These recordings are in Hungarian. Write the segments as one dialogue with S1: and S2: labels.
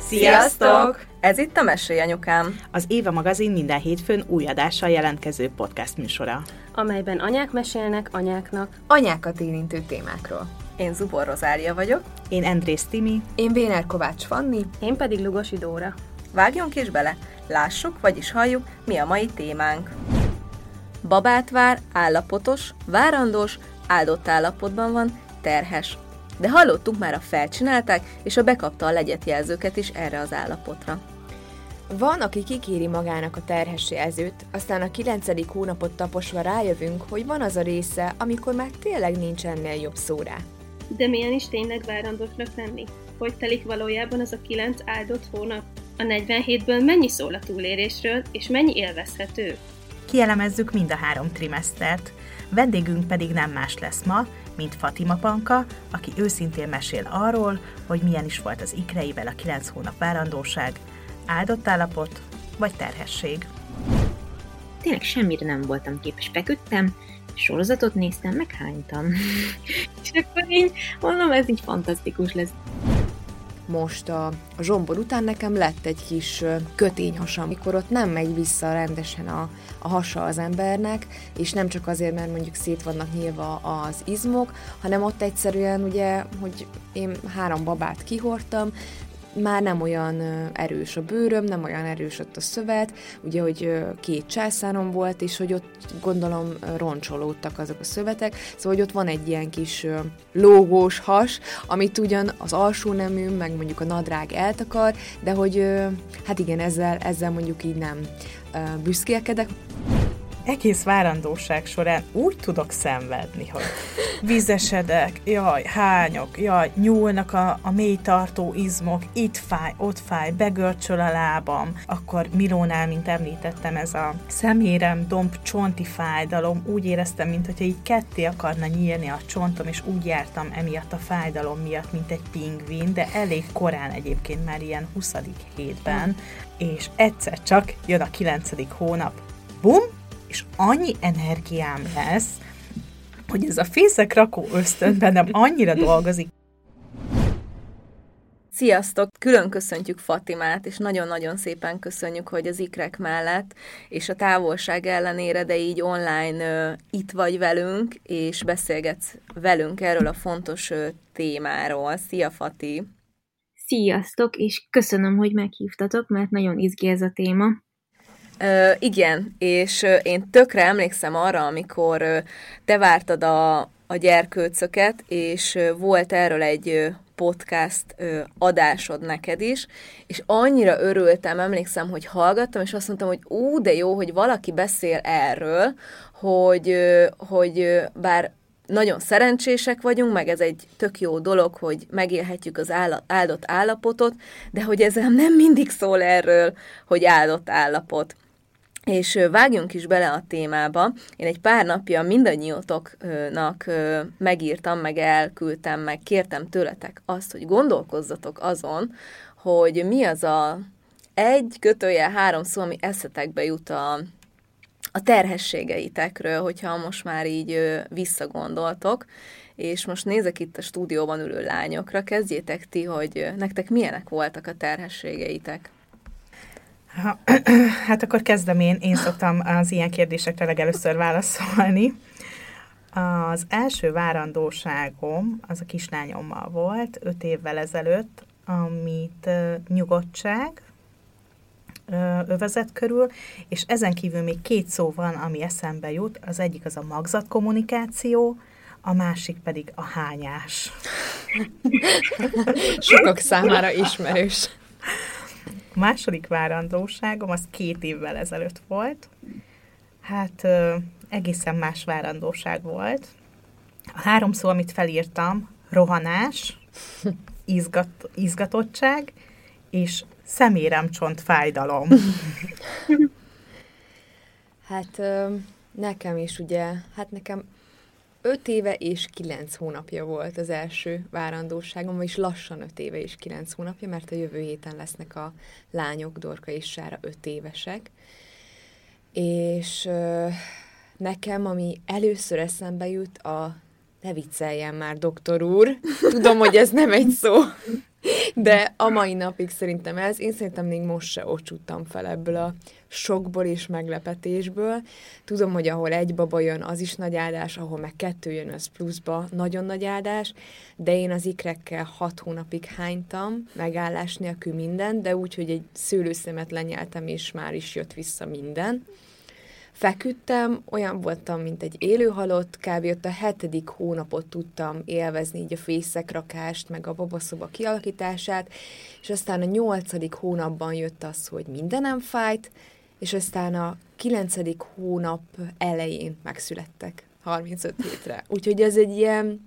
S1: Sziasztok! Ez itt a Mesélj Anyukám,
S2: az Éva magazin minden hétfőn új adással jelentkező podcast műsora,
S3: amelyben anyák mesélnek anyáknak
S1: anyákat érintő témákról. Én Zubor Rozália vagyok.
S2: Én Endrész Timi.
S1: Én Béner Kovács Fanni.
S3: Én pedig Lugosi Dóra.
S1: Vágjunk is bele, lássuk, vagyis halljuk, mi a mai témánk. Babát vár, állapotos, várandós, áldott állapotban van, terhes. De hallottuk már, a felcsinálták, és a bekapta a legyetjelzőket is erre az állapotra.
S4: Van, aki kikéri magának a terhes jelzőt, aztán a 9. hónapot taposva rájövünk, hogy van az a része, amikor már tényleg nincs ennél jobb szó rá.
S3: De milyen is tényleg várandósnak lenni? Hogy telik valójában az a 9 áldott hónap? A 47-ből mennyi szól a túlélésről, és mennyi élvezhető?
S2: Kielemezzük mind a 3 trimesztert. Vendégünk pedig nem más lesz ma, mint Fatima Panka, aki őszintén mesél arról, hogy milyen is volt az ikreivel a 9 hónap várandóság, áldott állapot vagy terhesség.
S5: Tényleg semmire nem voltam képes, feküdtem, sorozatot néztem, meg hánytam. És akkor így mondom, ez így fantasztikus lesz.
S4: Most a zsombor után nekem lett egy kis kötényhasam, amikor ott nem megy vissza rendesen a hasa az embernek, és nem csak azért, mert mondjuk szét vannak nyílva az izmok, hanem ott egyszerűen ugye, hogy én 3 babát kihordtam, már nem olyan erős a bőröm, nem olyan erős ott a szövet, ugye, hogy 2 császárom volt, és hogy ott gondolom roncsolódtak azok a szövetek, szóval, hogy ott van egy ilyen kis lógós has, amit ugyan az alsó neműm, meg mondjuk a nadrág eltakar, de hogy hát igen, ezzel mondjuk így nem büszkélkedek.
S2: Egész várandóság során úgy tudok szenvedni, hogy vizesedek, jaj, hányok, jaj, nyúlnak a mélytartó izmok, itt fáj, ott fáj, begörcsöl a lábam. Akkor Mirónál, mint említettem, ez a szemérem, domb, csonti fájdalom, úgy éreztem, mintha így ketté akarna nyílni a csontom, és úgy jártam emiatt a fájdalom miatt, mint egy pingvin, de elég korán egyébként, már ilyen 20. hétben, és egyszer csak jön a 9. hónap. Bum! És annyi energiám lesz, hogy ez a fészekrakó ösztön bennem annyira dolgozik.
S1: Sziasztok! Külön köszöntjük Fatimát, és nagyon-nagyon szépen köszönjük, hogy az ikrek mellett, és a távolság ellenére, de így online itt vagy velünk, és beszélgetsz velünk erről a fontos témáról. Szia, Fati!
S5: Sziasztok, és köszönöm, hogy meghívtatok, mert nagyon izgi ez a téma.
S1: Igen, és én tökre emlékszem arra, amikor te vártad a gyerkőcöket, és volt erről egy podcast adásod neked is, és annyira örültem, emlékszem, hogy hallgattam, és azt mondtam, hogy de jó, hogy valaki beszél erről, hogy bár nagyon szerencsések vagyunk, meg ez egy tök jó dolog, hogy megélhetjük az áldott állapotot, de hogy ez nem mindig szól erről, hogy áldott állapot. És vágjunk is bele a témába. Én egy pár napja mindannyiótoknak megírtam, meg elküldtem, meg kértem tőletek azt, hogy gondolkozzatok azon, hogy mi az a 1-3 szó, ami eszetekbe jut a terhességeitekről, hogyha most már így visszagondoltok. És most nézek itt a stúdióban ülő lányokra, kezdjétek ti, hogy nektek milyenek voltak a terhességeitek?
S2: Hát akkor kezdem én szoktam az ilyen kérdésekre legelőször válaszolni. Az első várandóságom az a kislányommal volt 5 évvel ezelőtt, amit nyugodtság övezet körül, és ezen kívül még 2 szó van, ami eszembe jut. Az egyik az a magzatkommunikáció, a másik pedig a hányás.
S4: Sokak számára ismerős.
S2: A második várandóságom az 2 évvel ezelőtt volt. Hát egészen más várandóság volt. A 3 szó, amit felírtam, rohanás, izgatottság és szeméremcsont fájdalom.
S4: Hát nekem is ugye, nekem 5 éve és 9 hónapja volt az első várandóságom, vagyis lassan 5 éve és 9 hónapja, mert a jövő héten lesznek a lányok, Dorka és Sára 5 évesek. És nekem, ami először eszembe jut, a Ne vicceljen már, doktor úr. Tudom, hogy ez nem egy szó. De a mai napig szerintem ez. Én szerintem még most se ocsúttam fel ebből a sokból és meglepetésből. Tudom, hogy ahol egy baba jön, az is nagy áldás, ahol meg 2 jön, az pluszba nagyon nagy áldás, de én az ikrekkel 6 hónapig hánytam, megállás nélkül minden, de úgy, hogy egy szőlőszemet lenyeltem, és már is jött vissza minden. Feküdtem, olyan voltam, mint egy élő halott, kb. Ott a 7. hónapot tudtam élvezni így a fészekrakást, meg a babaszoba kialakítását, és aztán a 8. hónapban jött az, hogy mindenem fájt, és aztán a 9. hónap elején megszülettek 35 hétre. Úgyhogy ez egy ilyen,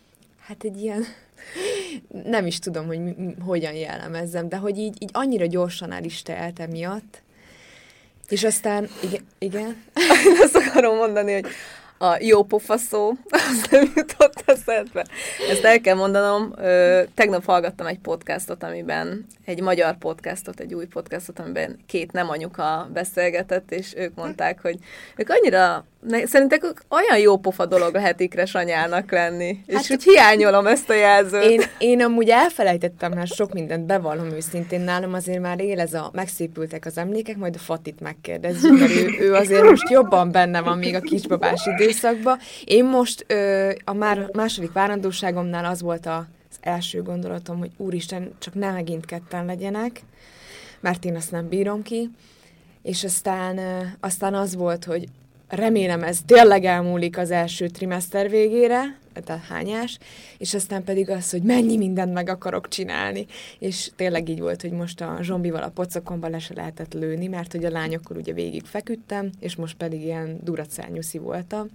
S4: nem is tudom, hogy hogyan jellemezzem, de hogy így annyira gyorsan el is telt emiatt. És aztán, igen.
S1: Azt akarom mondani, hogy a jó pofa szó, az nem jutott eszedbe. Ezt el kell mondanom, tegnap hallgattam egy podcastot, egy magyar podcastot, egy új podcastot, amiben 2 nem anyuka beszélgetett, és ők mondták, hogy ők annyira, szerintem ők olyan jó pofa dolog lehet ikres anyának lenni. Hát, és úgy hiányolom ezt a jelzőt.
S4: Én amúgy elfelejtettem már sok mindent, bevallom őszintén, nálam azért már él ez a megszépültek az emlékek, majd a Fatit megkérdezzük, mert ő azért most jobban benne van még a kisbabás időszakban. Én most a második várandóságomnál az volt az első gondolatom, hogy úristen, csak ne megint 2 legyenek, mert én azt nem bírom ki. És aztán az volt, hogy remélem ez tényleg elmúlik az első trimester végére, tehát hányás, és aztán pedig az, hogy mennyi mindent meg akarok csinálni. És tényleg így volt, hogy most a zsombival a pocokomba le se lehetett lőni, mert hogy a lányokkal ugye végig feküdtem, és most pedig ilyen duracányuszi voltam.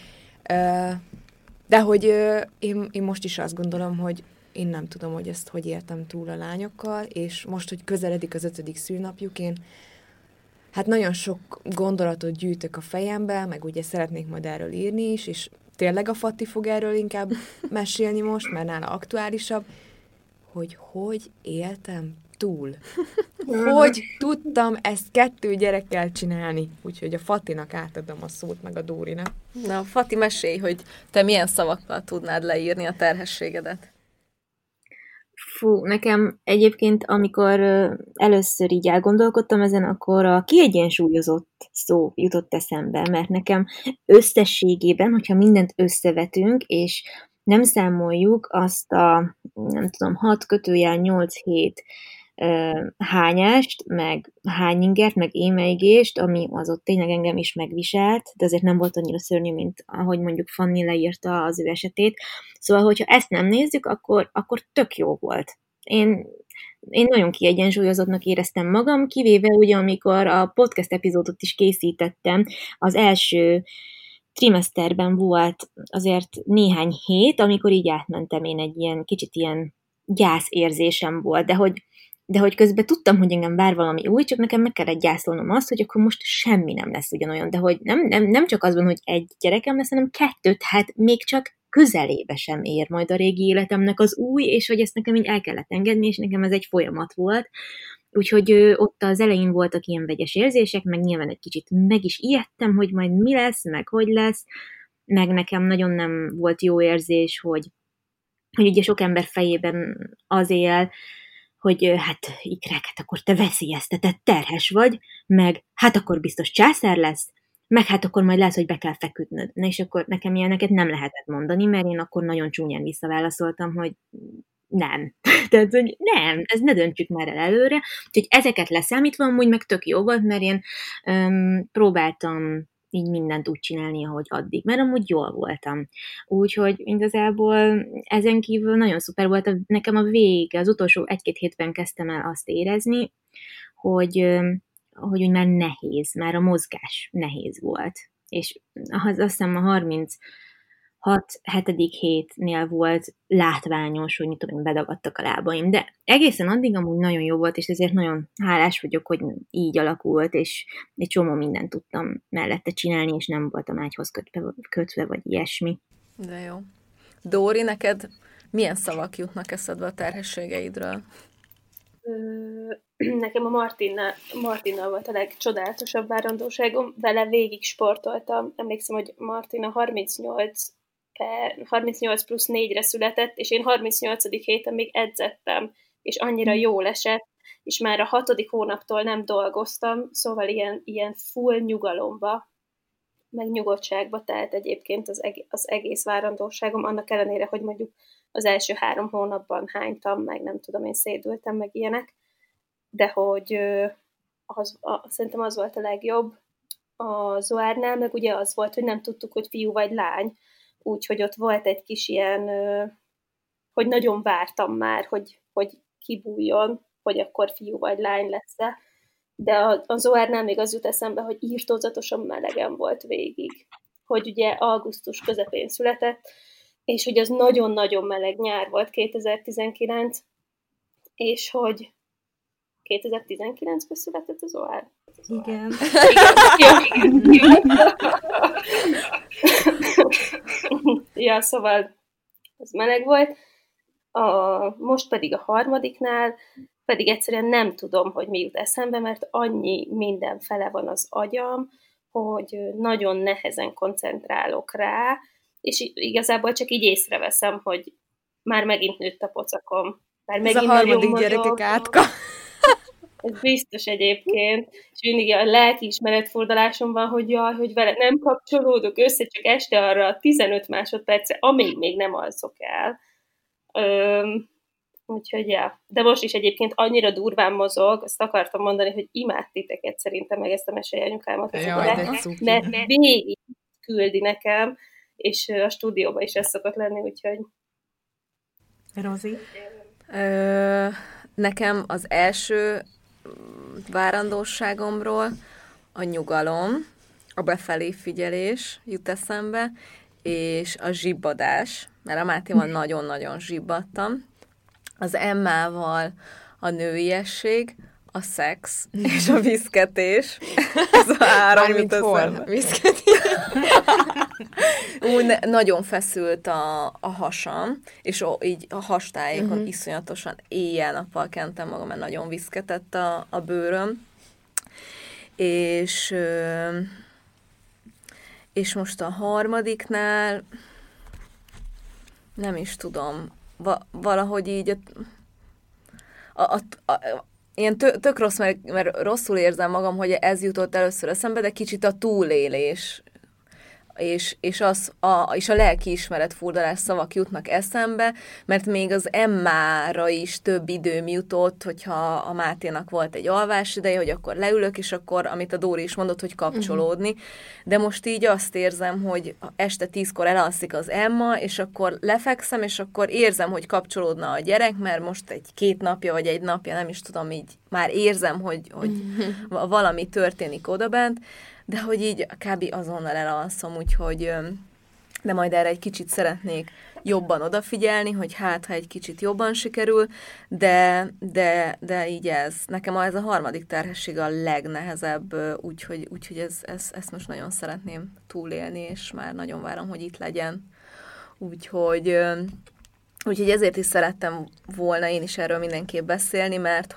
S4: De hogy én most is azt gondolom, hogy én nem tudom, hogy ezt hogy értem túl a lányokkal, és most, hogy közeledik az 5. szülnapjuk, én hát nagyon sok gondolatot gyűjtök a fejembe, meg ugye szeretnék majd erről írni is, és tényleg a Fati fog erről inkább mesélni most, mert nála aktuálisabb, hogy éltem túl. Hogy tudtam ezt 2 gyerekkel csinálni. Úgyhogy a Fatinak átadom a szót, meg a Dórinak.
S1: Na, Fati, mesélj, hogy te milyen szavakkal tudnád leírni a terhességedet.
S5: Fú, nekem egyébként, amikor először így elgondolkodtam ezen, akkor a kiegyensúlyozott szó jutott eszembe, mert nekem összességében, hogyha mindent összevetünk, és nem számoljuk azt a, nem tudom, 6-8 hányást, meg hányingert, meg émeigést, ami az ott tényleg engem is megviselt, de azért nem volt annyira szörnyű, mint ahogy mondjuk Fanni leírta az ő esetét. Szóval, hogyha ezt nem nézzük, akkor tök jó volt. Én nagyon kiegyensúlyozottnak éreztem magam, kivéve ugye, amikor a podcast epizódot is készítettem, az első trimeszterben volt azért néhány hét, amikor így átmentem, én egy ilyen kicsit ilyen gyászérzésem volt, de hogy közben tudtam, hogy engem vár valami új, csak nekem meg kellett gyászolnom azt, hogy akkor most semmi nem lesz ugyanolyan, de hogy nem csak az van, hogy 1 gyerekem lesz, hanem 2, hát még csak közelébe sem ér majd a régi életemnek az új, és hogy ezt nekem így el kellett engedni, és nekem ez egy folyamat volt. Úgyhogy ott az elején voltak ilyen vegyes érzések, meg nyilván egy kicsit meg is ijedtem, hogy majd mi lesz, meg hogy lesz, meg nekem nagyon nem volt jó érzés, hogy ugye sok ember fejében az él, hogy hát ikrek, hát akkor te veszélyeztetett terhes vagy, meg hát akkor biztos császár lesz, meg hát akkor majd lesz, hogy be kell feküdnöd. Na és akkor nekem ilyeneket nem lehetett mondani, mert én akkor nagyon csúnyán visszaválaszoltam, hogy nem. Tehát, hogy nem, ez ne döntsük már el előre. Úgyhogy ezeket leszámítva amúgy meg tök jó volt, mert én próbáltam így mindent úgy csinálni, ahogy addig, mert amúgy jól voltam. Úgyhogy igazából ezen kívül nagyon szuper volt. Nekem a vége, az utolsó 1-2 hétben kezdtem el azt érezni, hogy úgy már nehéz, már a mozgás nehéz volt. És azt hiszem a 36-7. hétnél volt látványos, hogy mit tudom, bedagadtak a lábaim, de egészen addig amúgy nagyon jó volt, és ezért nagyon hálás vagyok, hogy így alakult, és egy csomó mindent tudtam mellette csinálni, és nem voltam ágyhoz kötve vagy ilyesmi.
S1: De jó. Dóri, neked milyen szavak jutnak eszedbe a terhességeidről?
S3: Nekem a Martinnal volt a legcsodálatosabb várandóságom, vele végig sportoltam. Emlékszem, hogy Martina 38 38 plusz 4-re született, és én 38. héten még edzettem, és annyira jól esett, és már a 6. hónaptól nem dolgoztam, szóval ilyen full nyugalomba, meg nyugodtságba telt egyébként az egész várandóságom, annak ellenére, hogy mondjuk az első 3 hónapban hánytam, meg nem tudom, én szédültem, meg ilyenek, de hogy szerintem az volt a legjobb a Zoárnál, meg ugye az volt, hogy nem tudtuk, hogy fiú vagy lány, úgyhogy ott volt egy kis ilyen, hogy nagyon vártam már, hogy kibújjon, hogy akkor fiú vagy lány lesz-e, de a Zoárnál még az jut eszembe, hogy írtózatosan melegen volt végig, hogy ugye augusztus közepén született, és hogy az nagyon-nagyon meleg nyár volt 2019, és hogy 2019-ben született az Zoár.
S5: Igen.
S3: Ja, szóval az meleg volt. Most pedig a 3. pedig egyszerűen nem tudom, hogy mi jut eszembe, mert annyi mindenfele van az agyam, hogy nagyon nehezen koncentrálok rá, és igazából csak így észreveszem, hogy már megint nőtt a pocakom. Már
S4: Ez a harmadik gyerekek átka.
S3: Ez biztos egyébként. És mindig a lelkiismeretfordulásom van, hogy jaj, hogy vele nem kapcsolódok össze, csak este arra a 15 másodpercre, amíg még nem alszok el. Úgyhogy, ja. De most is egyébként annyira durván mozog, azt akartam mondani, hogy imád titeket szerintem, meg ezt a mesélj anyukámat, mert végig küldi nekem, és a stúdióban is ez szokott lenni, úgyhogy...
S2: Rozi?
S1: Nekem az első várandóságomról a nyugalom, a befelé figyelés jut eszembe, és a zsibbadás, mert a Mátéval nagyon-nagyon zsibbadtam. Az Emmával a nőiesség, a szex és a viszketés. Ez a 3 jut eszembe. Nagyon feszült a hasam, és így a hastájékon iszonyatosan éjjel-nappal kentem magam, mert nagyon viszketett a bőröm. És most a 3. nem is tudom, valahogy így ilyen tök rossz, mert rosszul érzem magam, hogy ez jutott először eszembe, de kicsit a túlélés és a lelkiismeret furdalás szavak jutnak eszembe, mert még az Emmára is több időm jutott, hogyha a Máténak volt egy alvás ideje, hogy akkor leülök, és akkor, amit a Dóri is mondott, hogy kapcsolódni. De most így azt érzem, hogy este 10-kor elalszik az Emma, és akkor lefekszem, és akkor érzem, hogy kapcsolódna a gyerek, mert most 2 napja, vagy 1 napja, nem is tudom, így már érzem, hogy valami történik odabent, de hogy így kb. Azonnal elalszom, úgyhogy de majd erre egy kicsit szeretnék jobban odafigyelni, hogy ha egy kicsit jobban sikerül, de így ez. Nekem ez a 3. terhesség a legnehezebb, úgyhogy ezt most nagyon szeretném túlélni, és már nagyon várom, hogy itt legyen. Úgyhogy ezért is szerettem volna én is erről mindenképp beszélni, mert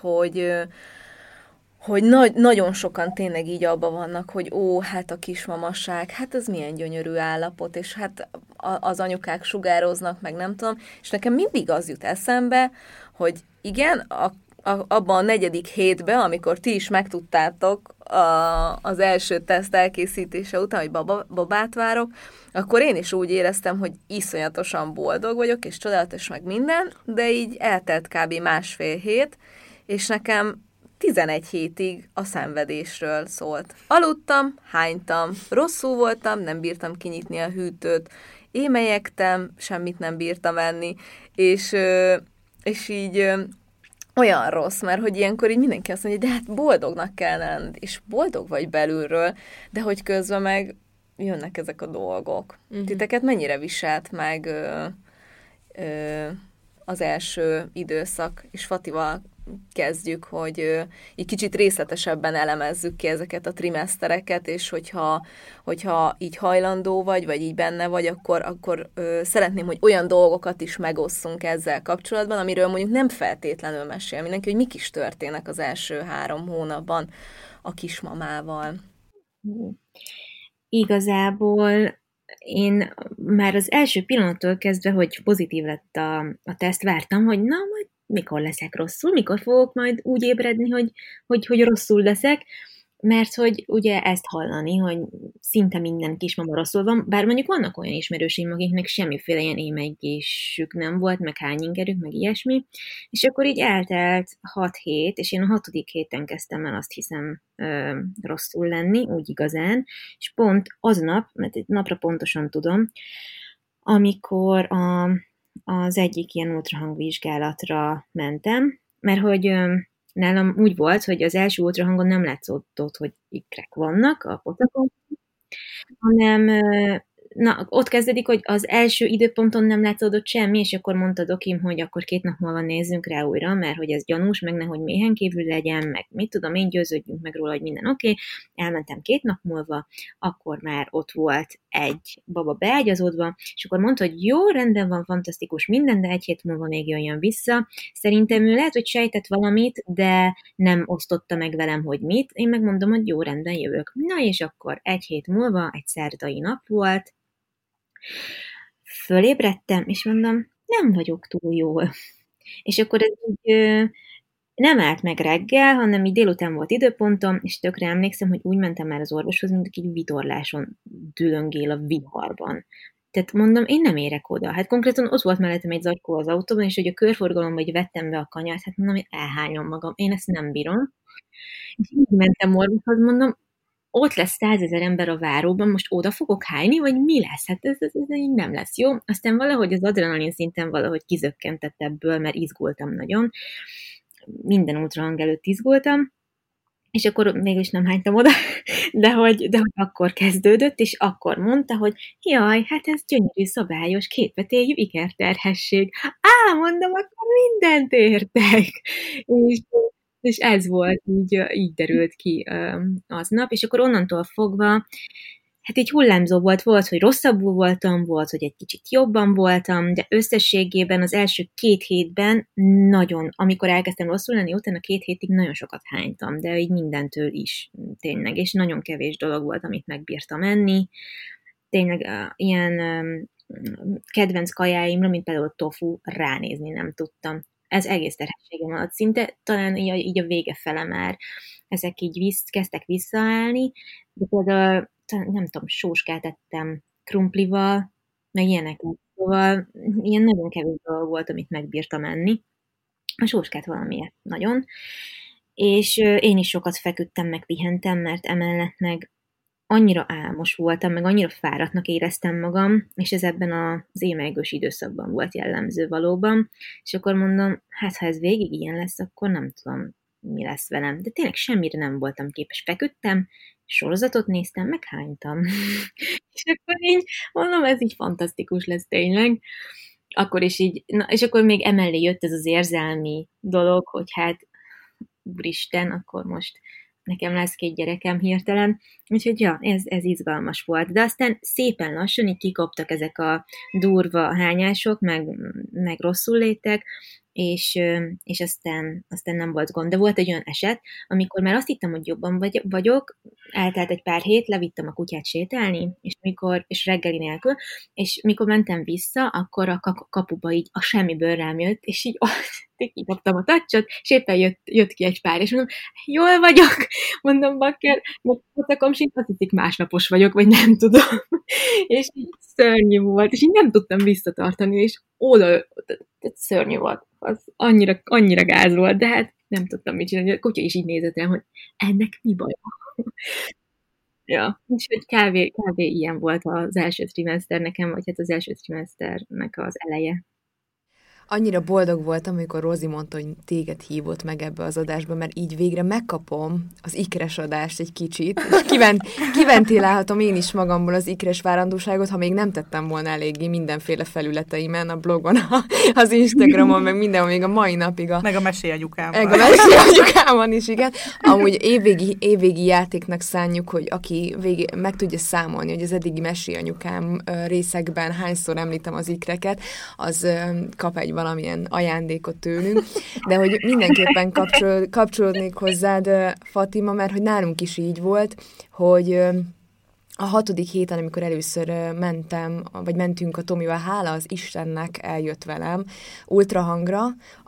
S1: hogy nagyon sokan tényleg így abban vannak, hogy hát a kismamasság, hát ez milyen gyönyörű állapot, és hát az anyukák sugároznak, meg nem tudom, és nekem mindig az jut eszembe, hogy igen, abban a 4. hétben, amikor ti is megtudtátok az első teszt elkészítése után, hogy babát várok, akkor én is úgy éreztem, hogy iszonyatosan boldog vagyok, és csodálatos meg minden, de így eltelt kb. 1,5 hét, és nekem 11 hétig a szenvedésről szólt. Aludtam, hánytam, rosszul voltam, nem bírtam kinyitni a hűtőt, émelyegtem, semmit nem bírtam enni, és így olyan rossz, mert hogy ilyenkor így mindenki azt mondja, de hát boldognak kell lenned, és boldog vagy belülről, de hogy közben meg jönnek ezek a dolgok. Titeket mennyire viselt meg az első időszak, és Fatival kezdjük, hogy így kicsit részletesebben elemezzük ki ezeket a trimesztereket, és hogyha így hajlandó vagy így benne vagy, akkor szeretném, hogy olyan dolgokat is megosszunk ezzel kapcsolatban, amiről mondjuk nem feltétlenül mesél mindenki, hogy mik is történnek az első 3 hónapban a kismamával.
S5: Igazából én már az első pillanattól kezdve, hogy pozitív lett a teszt, vártam, hogy na, majd mikor leszek rosszul, mikor fogok majd úgy ébredni, hogy rosszul leszek, mert hogy ugye ezt hallani, hogy szinte minden kismama rosszul van, bár mondjuk vannak olyan ismerőseim, akiknek semmiféle ilyen émeigésük nem volt, meg hányingerük, meg ilyesmi, és akkor így eltelt 6 hét, és én a 6. héten kezdtem el, azt hiszem, rosszul lenni, úgy igazán, és pont aznap, mert egy napra pontosan tudom, amikor az egyik ilyen ultrahangvizsgálatra mentem, mert hogy nálam úgy volt, hogy az első ultrahangon nem látszott, hogy ikrek vannak a pocakon, hanem ott kezdődik, hogy az első időponton nem látszódott semmi, és akkor mondta dokim, hogy akkor 2 nap múlva nézzünk rá újra, mert hogy ez gyanús, meg nehogy méhen kívül legyen, meg mit tudom én, győződjünk meg róla, hogy minden oké. Elmentem 2 nap múlva, akkor már ott volt egy baba beágyazódva, és akkor mondta, hogy jó, rendben van, fantasztikus minden, de 1 hét múlva még jöjjön vissza. Szerintem ő lehet, hogy sejtett valamit, de nem osztotta meg velem, hogy mit. Én megmondom, hogy jó, rendben jövök. Na és akkor 1 hét múlva, egy szerdai nap volt, fölébredtem, és mondom, nem vagyok túl jól. És akkor ez így nem állt meg reggel, hanem így délután volt időpontom, és tökre emlékszem, hogy úgy mentem már az orvoshoz, mint aki vitorláson dülöngél a viharban. Tehát mondom, én nem érek oda. Hát konkrétan ott volt mellettem egy zacskó az autóban, és hogy a körforgalomba így vettem be a kanyart, hát mondom, hogy elhányom magam, én ezt nem bírom. És így mentem orvoshoz, mondom, ott lesz 100 000 ember a váróban, most oda fogok hányni, vagy mi lesz? Hát ez így nem lesz jó. Aztán valahogy az adrenalin szinten valahogy kizökkentett ebből, mert izgultam nagyon. Minden ultrahang előtt izgultam, és akkor mégis nem hánytam oda, de hogy akkor kezdődött, és akkor mondta, hogy jaj, hát ez gyönyörű, szabályos, kétvetélyű ikerterhesség. Mondom, akkor mindent értek. És ez volt, így derült ki aznap, és akkor onnantól fogva, hát így hullámzó volt, hogy rosszabbul voltam, volt, hogy egy kicsit jobban voltam, de összességében az első 2 hétben nagyon, amikor elkezdtem rosszul lenni, utána 2 hétig nagyon sokat hánytam, de így mindentől is tényleg, és nagyon kevés dolog volt, amit megbírtam enni. Tényleg ilyen kedvenc kajáimra, mint például tofu, ránézni nem tudtam. Ez egész terhességem alatt szinte, talán így a vége fele már ezek így kezdtek visszaállni, de például nem tudom, sóskát ettem krumplival, meg ilyeneket, szóval ilyen nagyon kevés dolog volt, amit megbírtam enni. A sóskát valamiért nagyon. És én is sokat feküdtem, meg pihentem, mert emellett meg annyira álmos voltam, meg annyira fáradtnak éreztem magam, és ez ebben az émelygős időszakban volt jellemző valóban, és akkor mondom, hát ha ez végig ilyen lesz, akkor nem tudom, mi lesz velem. De tényleg semmire nem voltam képes. Feküdtem, sorozatot néztem, meg hánytam. És akkor így mondom, ez így fantasztikus lesz tényleg. Akkor is így, és akkor még emellé jött ez az érzelmi dolog, hogy hát úristen, akkor most nekem lesz 2 gyerekem hirtelen, úgyhogy ja, ez izgalmas volt. De aztán szépen lassan így kikoptak ezek a durva hányások, meg rosszul létek, és aztán nem volt gond. De volt egy olyan eset, amikor már azt hittem, hogy jobban vagyok, eltelt egy pár hét, levittem a kutyát sétálni, és reggeli nélkül, és mikor mentem vissza, akkor a kapuba így a semmiből rám jött, és így kidobtam a tacsot, és éppen jött ki egy pár, és mondom, jól vagyok, mondom, bakker, meg pocakon sincs, azt hiszik másnapos vagyok, vagy nem tudom. És így szörnyű volt, és így nem tudtam visszatartani, és oda, szörnyű volt. Az annyira gáz volt, de hát nem tudtam mit csinálni. A kutya is így nézett rám, hogy ennek mi baj? Ja, úgyhogy kb. Ilyen volt az első trimester nekem, vagy hát az első trimesternek az eleje.
S4: Annyira boldog voltam, amikor Rozi mondta, hogy téged hívott meg ebbe az adásba, mert így végre megkapom az ikres adást egy kicsit, és kiventilálhatom én is magamból az ikres várandóságot, ha még nem tettem volna eléggé mindenféle felületeimen, a blogon, az Instagramon, meg mindenhol, még a mai napig.
S2: Meg a mesélyanyukámon.
S4: Meg a mesélyanyukámon is, igen. Amúgy évvégi játéknak szánjuk, hogy aki meg tudja számolni, hogy az eddigi mesélyanyukám részekben hányszor említem az ikreket, az kap egy valamilyen ajándékot tőlünk, de hogy mindenképpen kapcsolódnék hozzád, Fatima, mert hogy nálunk is így volt, hogy a 6. héten, amikor először mentünk a Tomival, hála az Istennek eljött velem ultrahangra,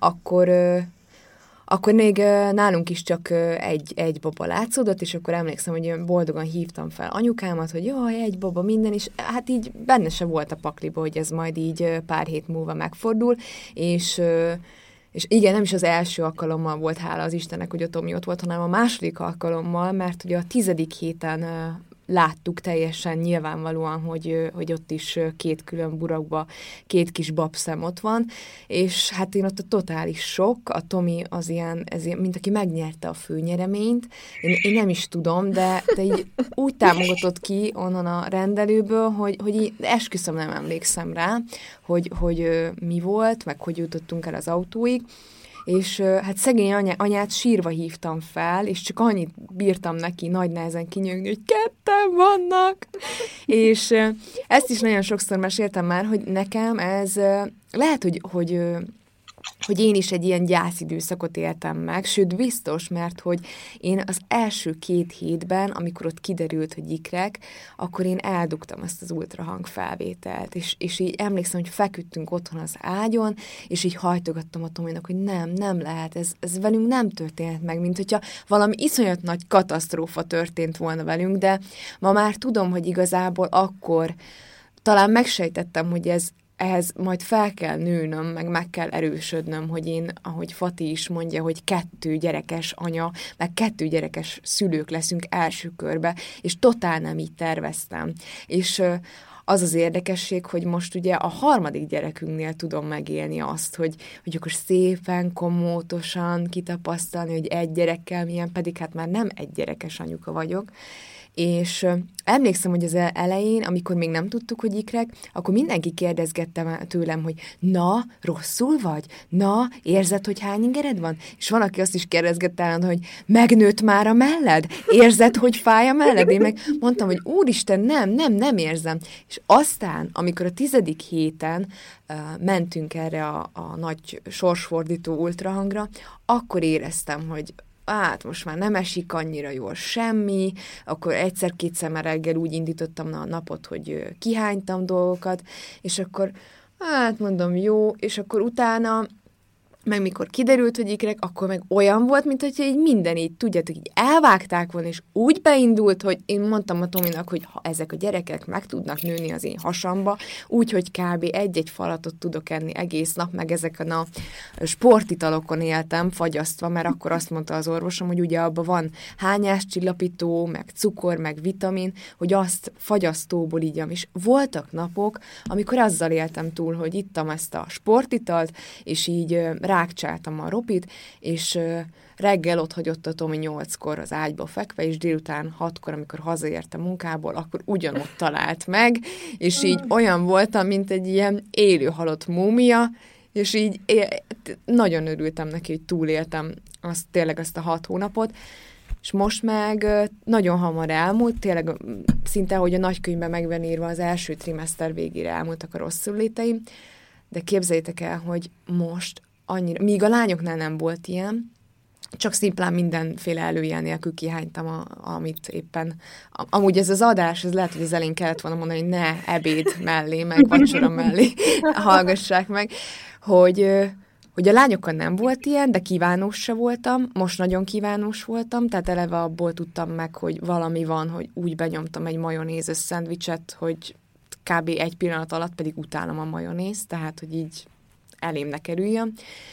S4: akkor még nálunk is csak egy baba látszódott, és akkor emlékszem, hogy olyan boldogan hívtam fel anyukámat, hogy jaj, egy baba minden, és hát így benne se volt a pakliba, hogy ez majd így pár hét múlva megfordul, és igen, nem is az első alkalommal volt, hála az Istennek, hogy a Tomi ott volt, hanem a második alkalommal, mert ugye a 10. héten láttuk teljesen nyilvánvalóan, hogy ott is 2 külön burokba 2 kis babszem ott van, és hát én ott a totális sok, a Tomi az ilyen, mint aki megnyerte a főnyereményt, én nem is tudom, de így úgy támogatott ki onnan a rendelőből, hogy esküszöm nem emlékszem rá, hogy mi volt, meg hogy jutottunk el az autóig, és hát szegény anyát sírva hívtam fel, és csak annyit bírtam neki nagy nehezen kinyögni, hogy 2 vannak. És ezt is nagyon sokszor meséltem már, hogy nekem ez lehet, hogy én is egy ilyen gyászidőszakot éltem meg, sőt biztos, mert hogy én az első 2 hétben, amikor ott kiderült, hogy ikrek, akkor én eldugtam ezt az ultrahang felvételt, és így emlékszem, hogy feküdtünk otthon az ágyon, és így hajtogattam a Tominak, hogy nem lehet, ez velünk nem történhet meg, mint hogyha valami iszonyat nagy katasztrófa történt volna velünk, de ma már tudom, hogy igazából akkor talán megsejtettem, hogy ehhez majd fel kell nőnöm, meg kell erősödnöm, hogy én, ahogy Fati is mondja, hogy 2 gyerekes anya, meg 2 gyerekes szülők leszünk első körbe, és totál nem így terveztem. És az az érdekesség, hogy most ugye a 3. gyerekünknél tudom megélni azt, hogy akkor szépen, komótosan kitapasztalni, hogy 1 gyerekkel milyen, pedig hát már nem 1 gyerekes anyuka vagyok. És emlékszem, hogy az elején, amikor még nem tudtuk, hogy ikrek, akkor mindenki kérdezgette tőlem, hogy na, rosszul vagy? Na, érzed, hogy hány ingered van? És van, aki azt is kérdezgette, hogy megnőtt már a melled? Érzed, hogy fáj a melled? Én meg mondtam, hogy úristen, nem érzem. És aztán, amikor a 10. héten mentünk erre a nagy sorsfordító ultrahangra, akkor éreztem, hogy hát most már nem esik annyira jól semmi, akkor egyszer-kétszer már reggel úgy indítottam a napot, hogy kihánytam dolgokat, és akkor hát mondom jó, és akkor utána meg mikor kiderült, hogy ikrek, akkor meg olyan volt, mint hogyha így minden így, tudjátok, így elvágták volna, és úgy beindult, hogy én mondtam a Tominak, hogy ha ezek a gyerekek meg tudnak nőni az én hasamba, úgy, hogy kb. 1-1 falatot tudok enni egész nap, meg ezeken a sportitalokon éltem, fagyasztva, mert akkor azt mondta az orvosom, hogy ugye abban van hányáscsillapító, meg cukor, meg vitamin, hogy azt fagyasztóból ígyam. És voltak napok, amikor azzal éltem túl, hogy ittam ezt a sportitalt, és így rákcsáltam a ropit, és reggel ott hagyott a Tomi 8-kor az ágyba fekve, és délután 6-kor, amikor hazaértem munkából, akkor ugyanott talált meg, és így olyan voltam, mint egy ilyen élő halott múmia, és így nagyon örültem neki, hogy túléltem tényleg azt a 6 hónapot, és most meg nagyon hamar elmúlt, tényleg szinte, ahogy a nagykönyvben meg van írva, az első trimester végére elmúltak a rosszulléteim, de képzeljétek el, hogy most annyira, míg a lányoknál nem volt ilyen, csak szimplán mindenféle előjel nélkül kihánytam, amit éppen... Amúgy ez az adás, ez lehet, hogy az elején kellett volna mondani, hogy ne ebéd mellé, meg vacsora mellé hallgassák meg, hogy a lányokkal nem volt ilyen, de kívánós se voltam, most nagyon kívánós voltam, tehát eleve abból tudtam meg, hogy valami van, hogy úgy benyomtam egy majonézes szendvicset, hogy kb. 1 pillanat alatt pedig utálom a majonézt, tehát, hogy így elém ne kerüljön.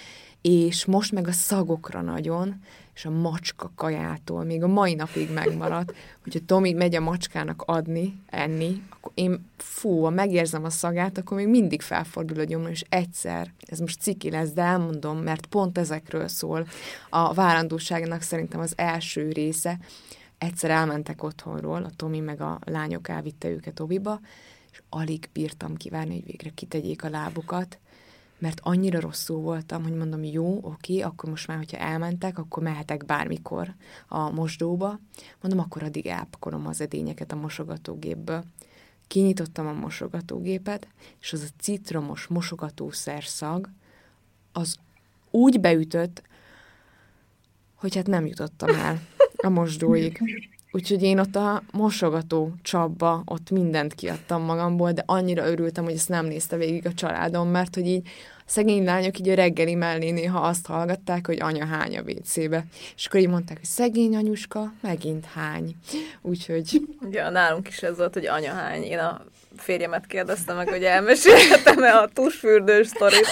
S4: És most meg a szagokra nagyon, és a macska kajától még a mai napig megmaradt, hogyha Tomi megy a macskának enni, akkor én ha megérzem a szagát, akkor még mindig felfordul a gyomrom, és egyszer, ez most ciki lesz, de elmondom, mert pont ezekről szól a várandóságnak szerintem az első része. Egyszer elmentek otthonról, a Tomi meg a lányok elvitte őket oviba, és alig bírtam kivárni, hogy végre kitegyék a lábukat, mert annyira rosszul voltam, hogy mondom, jó, oké, akkor most már, hogyha elmentek, akkor mehetek bármikor a mosdóba. Mondom, akkor addig elpakolom az edényeket a mosogatógépből. Kinyitottam a mosogatógépet, és az a citromos mosogatószer szag, az úgy beütött, hogy hát nem jutottam el a mosdóig. Úgyhogy én ott a mosogató csapba, ott mindent kiadtam magamból, de annyira örültem, hogy ezt nem nézte végig a családom, mert hogy így szegény lányok így a reggeli mellé néha azt hallgatták, hogy anya hány a WC-be. És akkor így mondták, hogy szegény anyuska, megint hány. Úgyhogy...
S1: Ja, nálunk is ez volt, hogy anya hány. Én a férjemet kérdeztem meg, hogy elmesélhetem-e a tusfürdős sztorit.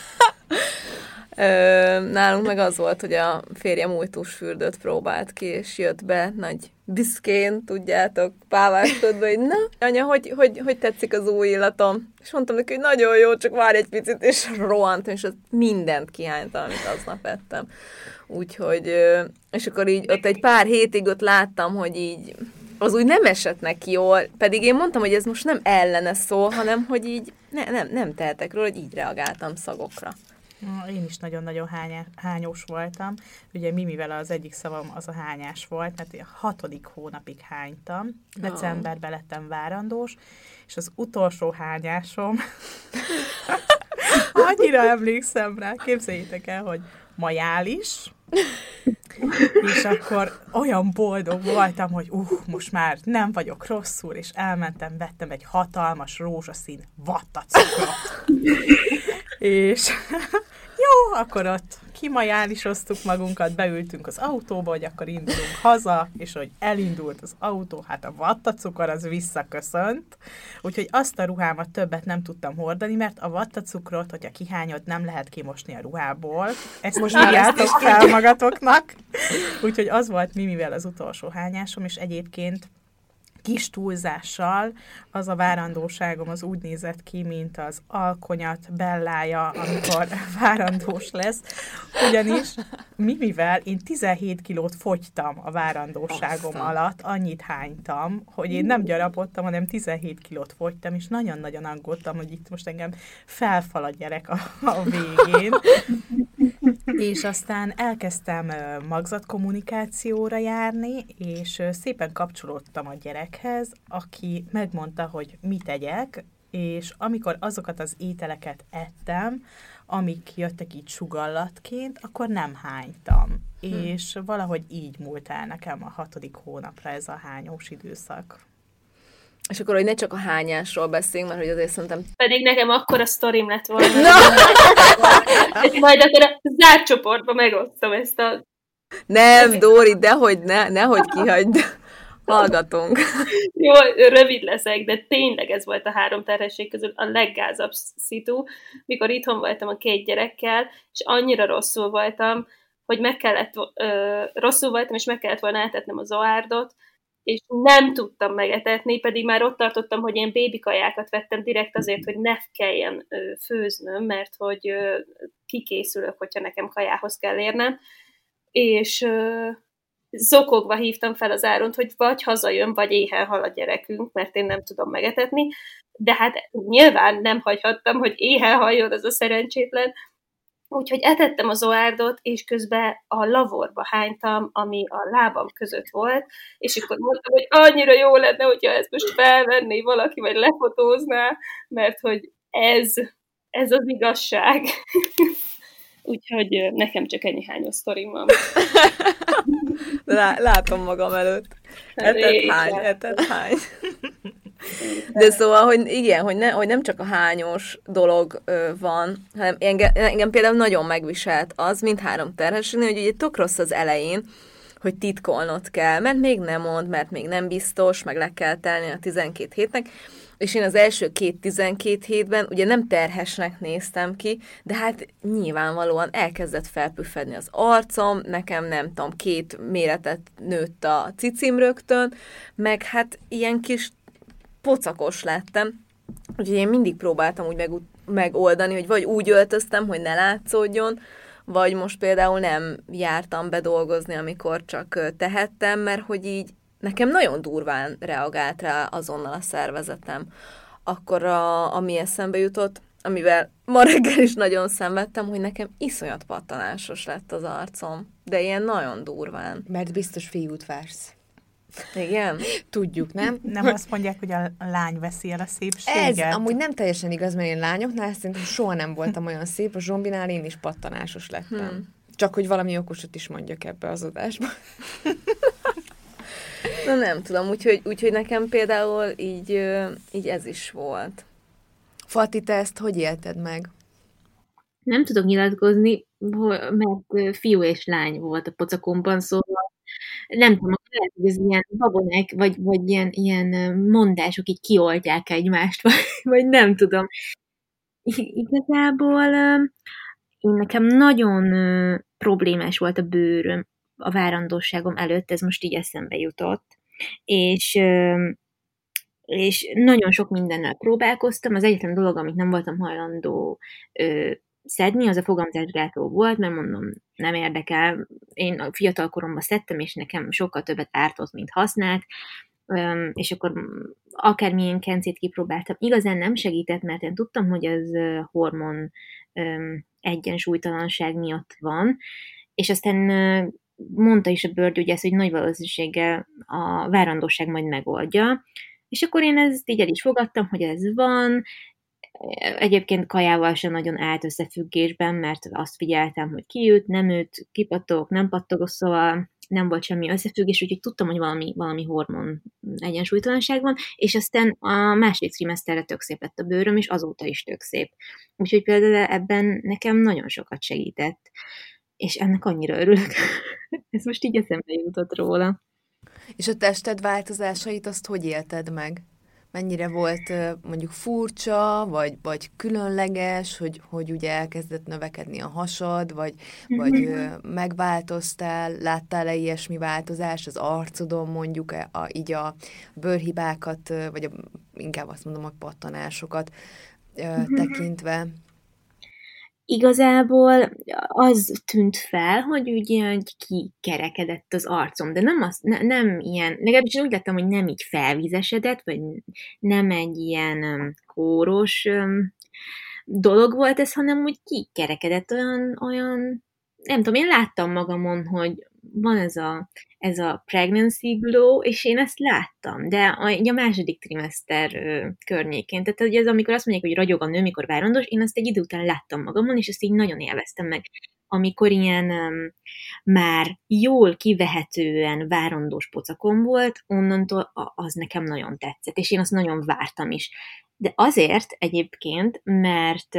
S1: Nálunk meg az volt, hogy a férjem új tusfürdőt próbált ki, és jött be nagy büszkén, tudjátok, páváskodva, hogy na, anya, hogy tetszik az új illatom? És mondtam neki, hogy nagyon jó, csak várj egy picit, és rohantam, és mindent kihánytam, amit aznap ettem. Úgyhogy, és akkor így ott egy pár hétig ott láttam, hogy így az úgy nem esett neki jól, pedig én mondtam, hogy ez most nem ellene szól, hanem hogy így nem tehetek róla, hogy így reagáltam szagokra.
S2: Én is nagyon-nagyon hányós voltam. Ugye Mimivel az egyik szavam az a hányás volt, mert a 6. hónapig hánytam. Decemberben lettem várandós, és az utolsó hányásom, annyira emlékszem rá, képzeljétek el, hogy majális, és akkor olyan boldog voltam, hogy most már nem vagyok rosszul, és elmentem, vettem egy hatalmas rózsaszín vattacukrot. És jó, akkor ott kimajálisoztuk magunkat, beültünk az autóba, hogy akkor indulunk haza, és hogy elindult az autó, hát a vattacukor az visszaköszönt, úgyhogy azt a ruhámat többet nem tudtam hordani, mert a vattacukrot, hogyha kihányod, nem lehet kimosni a ruhából. Ezt most írjátok fel magatoknak. Úgyhogy az volt Mimivel az utolsó hányásom, és egyébként kis túlzással az a várandóságom az úgy nézett ki, mint az alkonyat Bellája, amikor várandós lesz. Ugyanis Mimivel én 17 kilót fogytam a várandóságom alatt, annyit hánytam, hogy én nem gyarapodtam, hanem 17 kilót fogytam, és nagyon-nagyon aggódtam, hogy itt most engem felfal a gyerek a végén. És aztán elkezdtem magzatkommunikációra járni, és szépen kapcsolódtam a gyerekhez, aki megmondta, hogy mit tegyek, és amikor azokat az ételeket ettem, amik jöttek így sugallatként, akkor nem hánytam. És valahogy így múlt el nekem a 6. hónapra ez a hányós időszak.
S1: És akkor, hogy ne csak a hányásról beszéljünk, mert hogy azért szerintem...
S3: Pedig nekem akkor a sztorim lett volna. Majd akkor a zárt csoportba megosztom ezt a...
S1: Nem, Dóri, dehogy nehogy kihagyd. Hallgatunk.
S3: Jó, rövid leszek, de tényleg ez volt a 3 terhesség közül a leggázabb szitu, mikor itthon voltam a 2 gyerekkel, és annyira rosszul voltam, hogy rosszul voltam, és meg kellett volna etetnem a zoárdot, és nem tudtam megetetni, pedig már ott tartottam, hogy én bébikajákat vettem direkt azért, hogy ne kelljen főznöm, mert hogy kikészülök, hogyha nekem kajához kell érnem, és zokogva hívtam fel az Áront, hogy vagy hazajön, vagy éhen hal a gyerekünk, mert én nem tudom megetetni, de hát nyilván nem hagyhattam, hogy éhen haljon az a szerencsétlen, úgyhogy etettem a zoárdot, és közben a lavorba hánytam, ami a lábam között volt, és akkor mondtam, hogy annyira jó lenne, hogyha ezt most felvenné valaki, vagy lefotózná, mert hogy ez az igazság. Úgyhogy nekem csak ennyi hányos sztorim van.
S1: Látom magam előtt. Etett hány. De szóval, hogy igen, hogy nem csak a hányos dolog van, hanem engem például nagyon megviselt az, mint 3 terhességnél, hogy ugye tök rossz az elején, hogy titkolnod kell, mert még nem mond, mert még nem biztos, meg le kell telni a 12 hétnek, és én az első 12 hétben ugye nem terhesnek néztem ki, de hát nyilvánvalóan elkezdett felpüffedni az arcom, nekem nem tudom, 2 méretet nőtt a cicim rögtön, meg hát ilyen kis pocakos lettem, úgyhogy én mindig próbáltam úgy megoldani, hogy vagy úgy öltöztem, hogy ne látszódjon, vagy most például nem jártam bedolgozni, amikor csak tehettem, mert hogy így nekem nagyon durván reagált rá azonnal a szervezetem. Akkor ami eszembe jutott, amivel ma reggel is nagyon szenvedtem, hogy nekem iszonyat pattanásos lett az arcom. De ilyen nagyon durván.
S4: Mert biztos fiút vársz.
S1: Igen?
S4: Tudjuk, nem?
S2: Nem azt mondják, hogy a lány veszi el a szépséget?
S4: Ez amúgy nem teljesen igaz, mert én lányoknál szerintem soha nem voltam olyan szép, a Zsombinál én is pattanásos lettem. Csak hogy valami okosat is mondjak ebbe az adásba.
S1: Na nem tudom, úgyhogy nekem például így ez is volt.
S4: Fati, te ezt hogy élted meg?
S5: Nem tudok nyilatkozni, mert fiú és lány volt a pocakomban, szóval nem tudom, lehet, hogy ez ilyen babonák, vagy ilyen mondások így kioltják egymást, vagy nem tudom. Igazából én nekem nagyon problémás volt a bőröm a várandóságom előtt, ez most így eszembe jutott. És nagyon sok mindennel próbálkoztam. Az egyetlen dolog, amit nem voltam hajlandó szedni, az a fogamzásgátló volt, mert mondom, nem érdekel. Én a fiatal koromban szedtem, és nekem sokkal többet ártott, mint használt, és akkor akármilyen kencét kipróbáltam. Igazán nem segített, mert én tudtam, hogy ez hormon egyensúlytalanság miatt van, és aztán mondta is a bőrgyógyász, hogy nagy valószínűséggel a várandóság majd megoldja, és akkor én ezt így el is fogadtam, hogy ez van. Egyébként kajával sem nagyon állt összefüggésben, mert azt figyeltem, hogy ki üt, nem üt, kipattogok, nem pattogok, szóval nem volt semmi összefüggés, úgyhogy tudtam, hogy valami hormon egyensúlytalanság van, és aztán a második trimeszterre tök szép lett a bőröm, és azóta is tök szép. Úgyhogy például ebben nekem nagyon sokat segített, és ennek annyira örülök. Ez most így eszembe jutott róla.
S4: És a tested változásait azt hogy élted meg? Mennyire volt mondjuk furcsa, vagy különleges, hogy ugye elkezdett növekedni a hasad, vagy megváltoztál, láttál-e ilyesmi változást az arcodon mondjuk, így a bőrhibákat, vagy inkább azt mondom, a pattanásokat tekintve?
S5: Igazából az tűnt fel, hogy ugye kikerekedett az arcom, de nem ilyen, legalábbis úgy láttam, hogy nem így felvízesedett, vagy nem egy ilyen kóros dolog volt ez, hanem úgy kikerekedett olyan, nem tudom, én láttam magamon, hogy van ez a pregnancy glow, és én ezt láttam, de a második trimester környékén, tehát ugye ez amikor azt mondják, hogy ragyog a nő, mikor várandós, én azt egy idő után láttam magamon, és ezt így nagyon élveztem meg. Amikor ilyen már jól kivehetően várandós pocakom volt, onnantól az nekem nagyon tetszett, és én azt nagyon vártam is. De azért egyébként, mert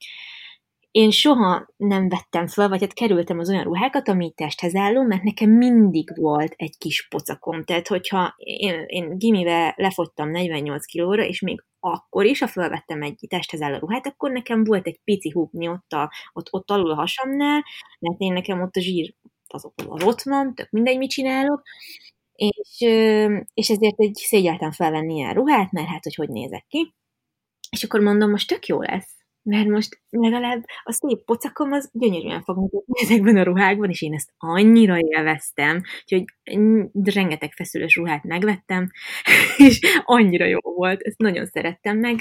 S5: én soha nem vettem fel, vagy hát kerültem az olyan ruhákat, ami testhez álló, mert nekem mindig volt egy kis pocakom. Tehát, hogyha én gimivel lefogytam 48 kilóra, és még akkor is, ha felvettem egy testhez álló ruhát, akkor nekem volt egy pici húpni ott alul a hasamnál, mert én nekem ott a zsír az ott van, tök mindegy, mit csinálok, és ezért szégyeltem felvenni ilyen ruhát, mert hát, hogy nézek ki. És akkor mondom, most tök jó lesz, mert most legalább a szép pocakom az gyönyörűen fog mutatni ezekben a ruhákban, és én ezt annyira élveztem, úgyhogy rengeteg feszülős ruhát megvettem, és annyira jó volt, ezt nagyon szerettem, meg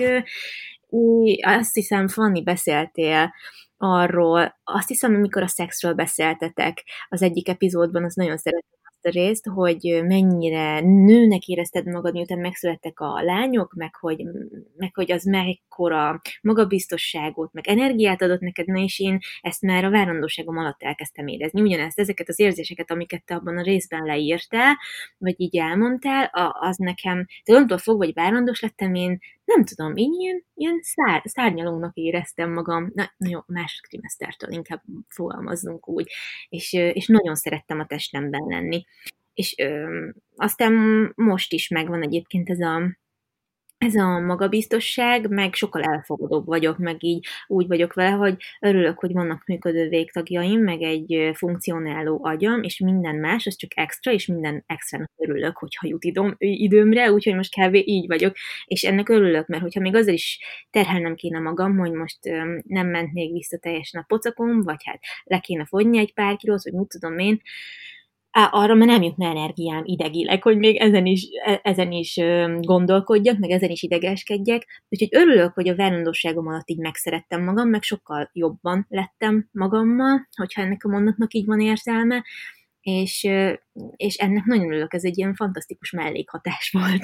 S5: azt hiszem, Fanni, beszéltél arról, azt hiszem, amikor a szexről beszéltetek az egyik epizódban, az nagyon szerettem azt a részt, hogy mennyire nőnek érezted magad, miután megszülettek a lányok, meg hogy az mekkora magabiztosságot, meg energiát adott neked, na és én ezt már a várandóságom alatt elkezdtem érezni. Ugyanezt, ezeket az érzéseket, amiket te abban a részben leírtál, vagy így elmondtál, az nekem, de onnantól fogva, hogy várandós lettem, én nem tudom, én ilyen szárnyalónak éreztem magam, na jó, második trimesztertől inkább fogalmazzunk úgy, és nagyon szerettem a testemben lenni. És aztán most is megvan egyébként ez a magabiztosság, meg sokkal elfogadóbb vagyok, meg így úgy vagyok vele, hogy örülök, hogy vannak működő végtagjaim, meg egy funkcionáló agyam, és minden más, az csak extra, és minden extrának örülök, hogyha jut időmre, úgyhogy most kb. Így vagyok, és ennek örülök, mert hogyha még azzal is terhelnem kéne magam, hogy most nem ment még vissza teljesen a pocakom, vagy hát le kéne fogyni egy pár kilót, vagy mit tudom én, arra már nem jutna energiám idegileg, hogy még ezen is gondolkodjak, meg ezen is idegeskedjek. Úgyhogy örülök, hogy a várandóságom alatt így megszerettem magam, meg sokkal jobban lettem magammal, hogyha ennek a mondatnak így van értelme, és ennek nagyon örülök, ez egy ilyen fantasztikus mellékhatás volt.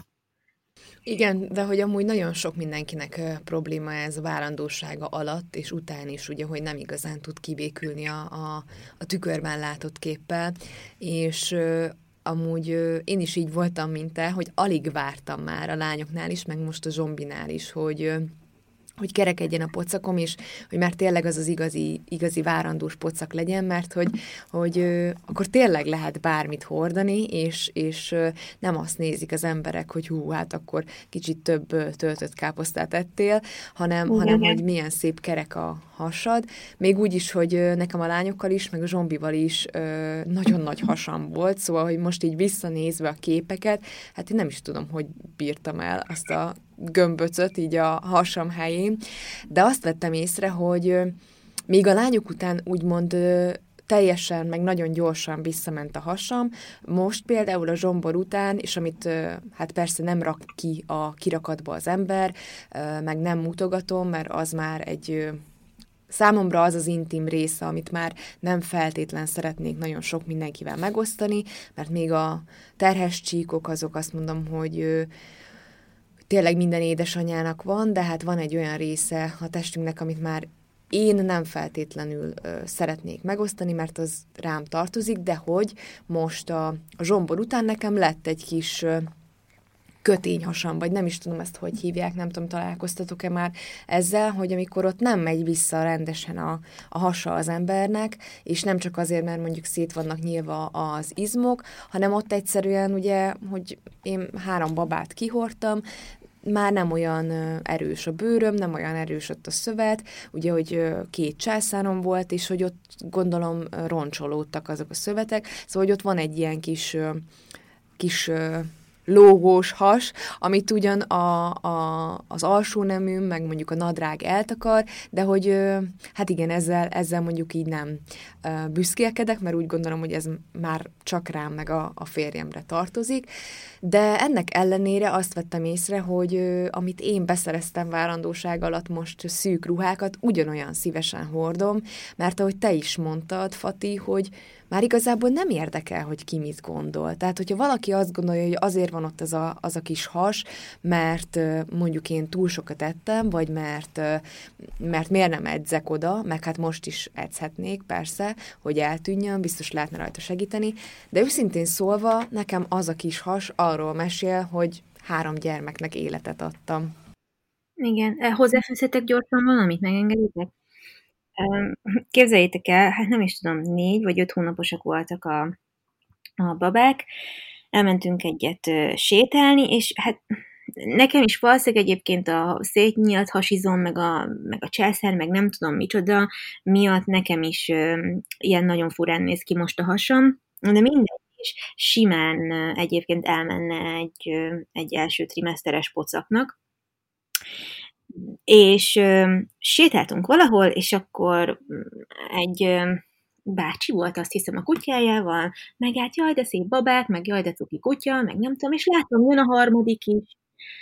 S4: Igen, de hogy amúgy nagyon sok mindenkinek probléma ez a várandósága alatt, és után is, ugye, hogy nem igazán tud kibékülni a tükörben látott képpel, és amúgy én is így voltam, mint te, hogy alig vártam már a lányoknál is, meg most a Zsombinál is, hogy kerekedjen a pocakom, és hogy már tényleg az igazi várandós pocak legyen, mert hogy akkor tényleg lehet bármit hordani, és nem azt nézik az emberek, hogy hát akkor kicsit több töltött káposztát ettél, hanem hogy milyen szép kerek a hasad. Még úgy is, hogy nekem a lányokkal is, meg a Zsombival is nagyon nagy hasam volt, szóval, hogy most így visszanézve a képeket, hát én nem is tudom, hogy bírtam el azt a gömböcöt így a hasam helyén, de azt vettem észre, hogy még a lányok után úgymond teljesen, meg nagyon gyorsan visszament a hasam, most például a zsombor után, és amit hát persze nem rak ki a kirakatba az ember, meg nem mutogatom, mert az már számomra az intim része, amit már nem feltétlen szeretnék nagyon sok mindenkivel megosztani, mert még a terhes csíkok, azok azt mondom, hogy tényleg minden édesanyának van, de hát van egy olyan része a testünknek, amit már én nem feltétlenül szeretnék megosztani, mert az rám tartozik, de hogy most a zsombor után nekem lett egy kis kötényhasam, vagy nem is tudom ezt, hogy hívják, nem tudom, találkoztatok-e már ezzel, hogy amikor ott nem megy vissza rendesen a hasa az embernek, és nem csak azért, mert mondjuk szét vannak nyilva az izmok, hanem ott egyszerűen ugye, hogy én 3 babát kihordtam, már nem olyan erős a bőröm, nem olyan erős ott a szövet, ugye, hogy 2 császárom volt, és hogy ott gondolom roncsolódtak azok a szövetek, szóval, hogy ott van egy ilyen kis lógós has, amit ugyan az alsó neműm, meg mondjuk a nadrág eltakar, de hogy hát igen, ezzel mondjuk így nem büszkélkedek, mert úgy gondolom, hogy ez már csak rám meg a férjemre tartozik, de ennek ellenére azt vettem észre, hogy amit én beszereztem várandóság alatt most szűk ruhákat, ugyanolyan szívesen hordom, mert ahogy te is mondtad, Fati, hogy már igazából nem érdekel, hogy ki mit gondol. Tehát, hogyha valaki azt gondolja, hogy azért van ott az a kis has, mert mondjuk én túl sokat ettem, vagy mert miért nem edzek oda, meg hát most is edzhetnék, persze, hogy eltűnjön, biztos lehetne rajta segíteni, de őszintén szólva, nekem az a kis has arról mesél, hogy 3 gyermeknek életet adtam.
S5: Igen, hozzáfűzhetek gyorsan valamit, megengeditek? Képzeljétek el, hát nem is tudom, 4 vagy 5 hónaposak voltak a babák, elmentünk egyet sétálni, és hát nekem is valószínűleg egyébként a szétnyílt hasizom, meg a császár, meg nem tudom micsoda, miatt nekem is ilyen nagyon furán néz ki most a hasam, de mindegy is simán egyébként elmenne egy első trimeszteres pocaknak. És sétáltunk valahol, és akkor egy bácsi volt, azt hiszem, a kutyájával, meg hát jaj, de szép babák, meg jaj, de cuki kutya, meg nem tudom, és látom, jön a harmadik is.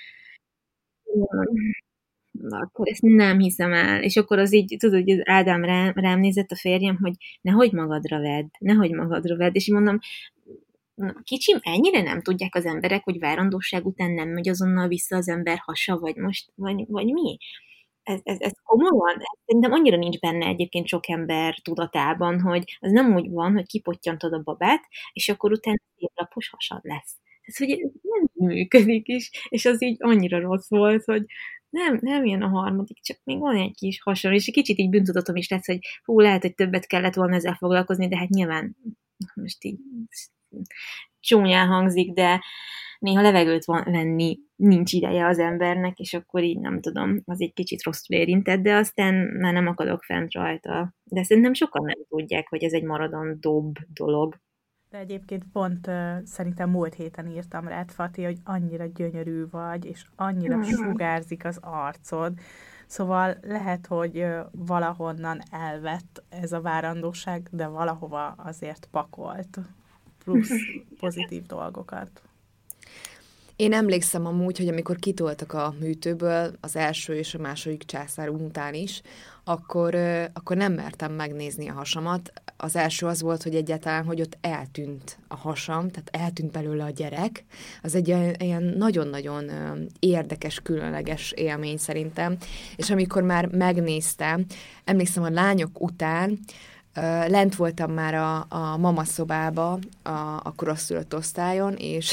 S5: Akkor ezt nem hiszem el. És akkor az így, tudod, hogy az Ádám rám nézett a férjem, hogy nehogy magadra vedd. És így mondom, kicsim, ennyire nem tudják az emberek, hogy várandóság után nem megy azonnal vissza az ember hasa, vagy mi? Ez komolyan? Szerintem annyira nincs benne egyébként sok ember tudatában, hogy az nem úgy van, hogy kipottyantod a babát, és akkor utána szép lapos hasad lesz. Ez hogy nem működik is, és az így annyira rossz volt, hogy nem jön a harmadik, csak még van egy kis hasonló, és egy kicsit így bűntudatom is lesz, hogy lehet, hogy többet kellett volna ezzel foglalkozni, de hát nyilván most így csúnyán hangzik, de néha levegőt venni nincs ideje az embernek, és akkor így nem tudom, az egy kicsit rosszul érintett, de aztán már nem akadok fent rajta. De szerintem sokan nem tudják, hogy ez egy maradandóbb dolog.
S2: De egyébként pont szerintem múlt héten írtam rád, Fati, hogy annyira gyönyörű vagy, és annyira sugárzik az arcod. Szóval lehet, hogy valahonnan elvett ez a várandóság, de valahova azért pakolt plusz pozitív dolgokat.
S4: Én emlékszem amúgy, hogy amikor kitoltak a műtőből az első és a második császárom után is, akkor nem mertem megnézni a hasamat. Az első az volt, hogy egyáltalán, hogy ott eltűnt a hasam, tehát eltűnt belőle a gyerek. Az egy ilyen nagyon-nagyon érdekes, különleges élmény szerintem. És amikor már megnéztem, emlékszem a lányok után, lent voltam már a mama szobába, a koraszülött osztályon, és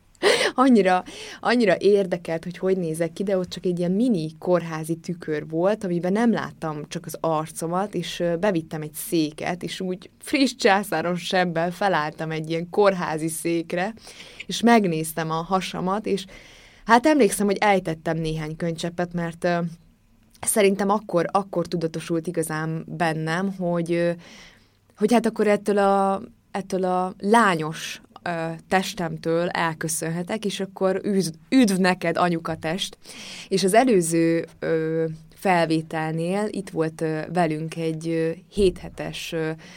S4: annyira érdekelt, hogy nézek ki, de ott csak egy ilyen mini kórházi tükör volt, amiben nem láttam csak az arcomat, és bevittem egy széket, és úgy friss császáros sebbel felálltam egy ilyen kórházi székre, és megnéztem a hasamat, és hát emlékszem, hogy ejtettem néhány könycseppet, mert szerintem akkor tudatosult igazán bennem, hogy hát akkor ettől a lányos testemtől elköszönhetek, és akkor üdv neked, anyuka test. És az előző felvételnél itt volt velünk egy 7 hetes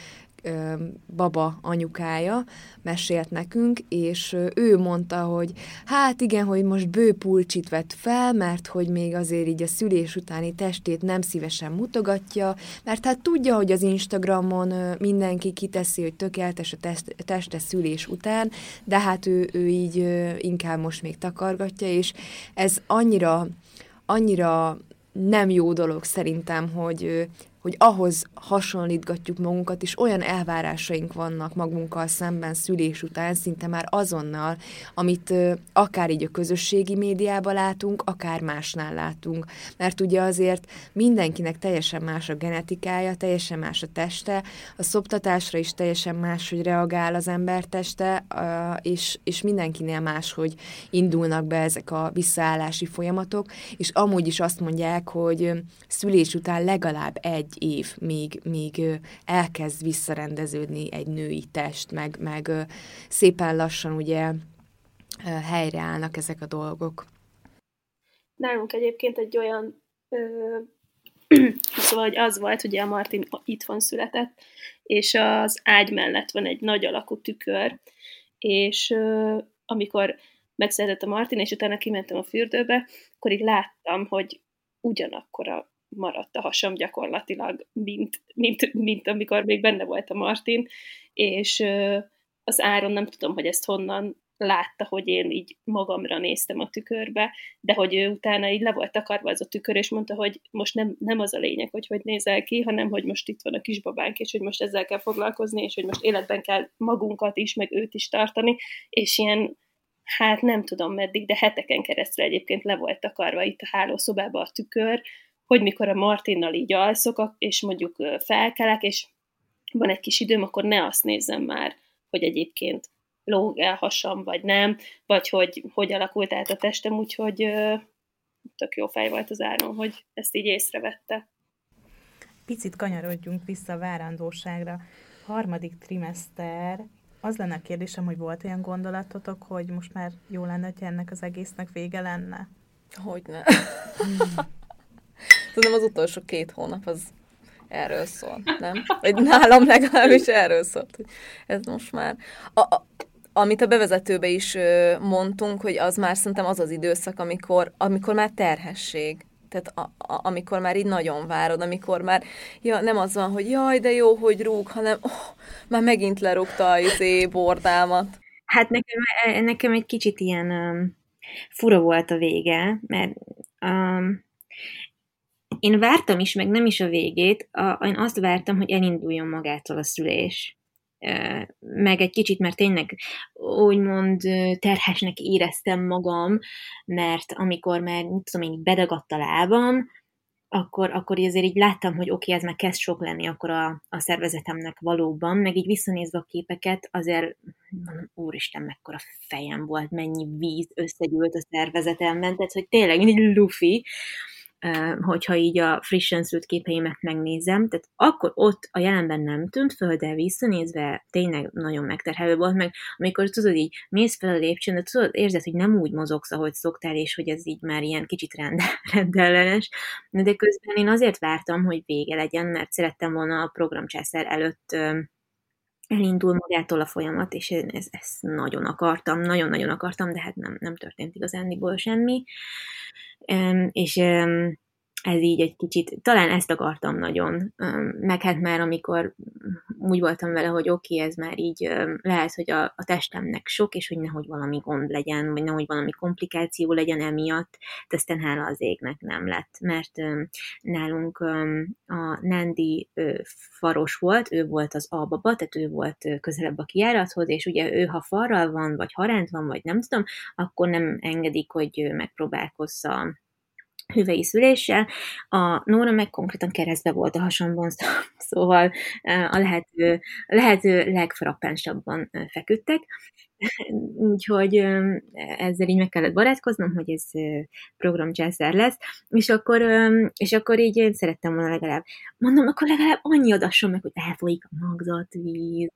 S4: baba anyukája, mesélt nekünk, és ő mondta, hogy hát igen, hogy most bőpulcsit vett fel, mert hogy még azért így a szülés utáni testét nem szívesen mutogatja, mert hát tudja, hogy az Instagramon mindenki kiteszi, hogy tökéletes a teste szülés után, de hát ő így inkább most még takargatja, és ez annyira nem jó dolog szerintem, hogy ahhoz hasonlítgatjuk magunkat, és olyan elvárásaink vannak magunkkal szemben szülés után, szinte már azonnal, amit akár így a közösségi médiában látunk, akár másnál látunk. Mert ugye azért mindenkinek teljesen más a genetikája, teljesen más a teste, a szoptatásra is teljesen más, hogy reagál az ember teste, és mindenkinél más, hogy indulnak be ezek a visszaállási folyamatok, és amúgy is azt mondják, hogy szülés után legalább 1 év, míg elkezd visszarendeződni egy női test, meg szépen lassan ugye helyreállnak ezek a dolgok.
S3: Nálunk egyébként egy olyan szóval, hogy az volt, ugye a Martin itthon született, és az ágy mellett van egy nagy alakú tükör, és amikor megszületett a Martin, és utána kimentem a fürdőbe, akkor így láttam, hogy ugyanakkora maradt a hasam gyakorlatilag, mint amikor még benne volt a Martin, és az Áron nem tudom, hogy ezt honnan látta, hogy én így magamra néztem a tükörbe, de hogy ő utána így le volt takarva az a tükör, és mondta, hogy most nem az a lényeg, hogy nézel ki, hanem hogy most itt van a kisbabánk, és hogy most ezzel kell foglalkozni, és hogy most életben kell magunkat is, meg őt is tartani, és ilyen, hát nem tudom meddig, de heteken keresztül egyébként le volt takarva itt a hálószobába a tükör, hogy mikor a Martinnal így alszok, és mondjuk felkelek, és van egy kis időm, akkor ne azt nézzem már, hogy egyébként lóg el hasam, vagy nem, vagy hogy alakult át a testem, úgyhogy tök jó fej volt az Áron, hogy ezt így észrevette.
S2: Picit kanyarodjunk vissza a várandóságra. 3. trimester, az lenne a kérdésem, hogy volt olyan gondolatotok, hogy most már jó lenne, hogy ennek az egésznek vége lenne?
S1: Hogyne. Tudom, az utolsó 2 hónap az erről szól, nem? Vagy nálam legalábbis erről szólt, hogy ez most már... Amit a bevezetőbe is mondtunk, hogy az már szerintem az az időszak, amikor már terhesség. Tehát amikor már így nagyon várod, amikor már nem az van, hogy jaj, de jó, hogy rúg, hanem már megint lerúgta a bordámat.
S5: Hát nekem egy kicsit ilyen fura volt a vége, mert én vártam is, meg nem is a végét, én azt vártam, hogy elinduljon magától a szülés. Meg egy kicsit, mert tényleg úgymond terhesnek éreztem magam, mert amikor már, tudom én, bedagadt a lábam, akkor azért így láttam, hogy oké, ez már kezd sok lenni akkor a szervezetemnek valóban, meg így visszanézve a képeket, azért mondom, úristen, mekkora fejem volt, mennyi víz összegyűlt a szervezetemben, tehát hogy tényleg mindig lufi, hogyha így a frissen szült képeimet megnézem, tehát akkor ott a jelenben nem tűnt föl, de visszanézve tényleg nagyon megterhelő volt, meg amikor tudod így mész fel a lépcsőn, de tudod, érzed, hogy nem úgy mozogsz, ahogy szoktál, és hogy ez így már ilyen kicsit rendellenes, de közben én azért vártam, hogy vége legyen, mert szerettem volna a programcsászár előtt elindul magától a folyamat, és ezt nagyon akartam, nagyon-nagyon akartam, de hát nem történt igazándiból semmi. És ez így egy kicsit, talán ezt akartam nagyon, meg hát már amikor úgy voltam vele, hogy oké, ez már így lehet, hogy a testemnek sok, és hogy nehogy valami gond legyen, vagy nehogy valami komplikáció legyen emiatt, de aztán hála az égnek nem lett, mert nálunk a Nandi faros volt, ő volt az albaba, tehát ő volt közelebb a kijárathoz, és ugye ő, ha farral van, vagy haránt van, vagy nem tudom, akkor nem engedik, hogy megpróbálkozza hüvei szüléssel. A Nóra meg konkrétan keresztbe volt a hasonban, szóval a lehető legfrappánsabban feküdtek. Úgyhogy ezzel így meg kellett barátkoznom, hogy ez programcsászár lesz, és akkor így én szerettem volna legalább, mondom, akkor legalább annyi adasson meg, hogy elfolyik a magzatvíz,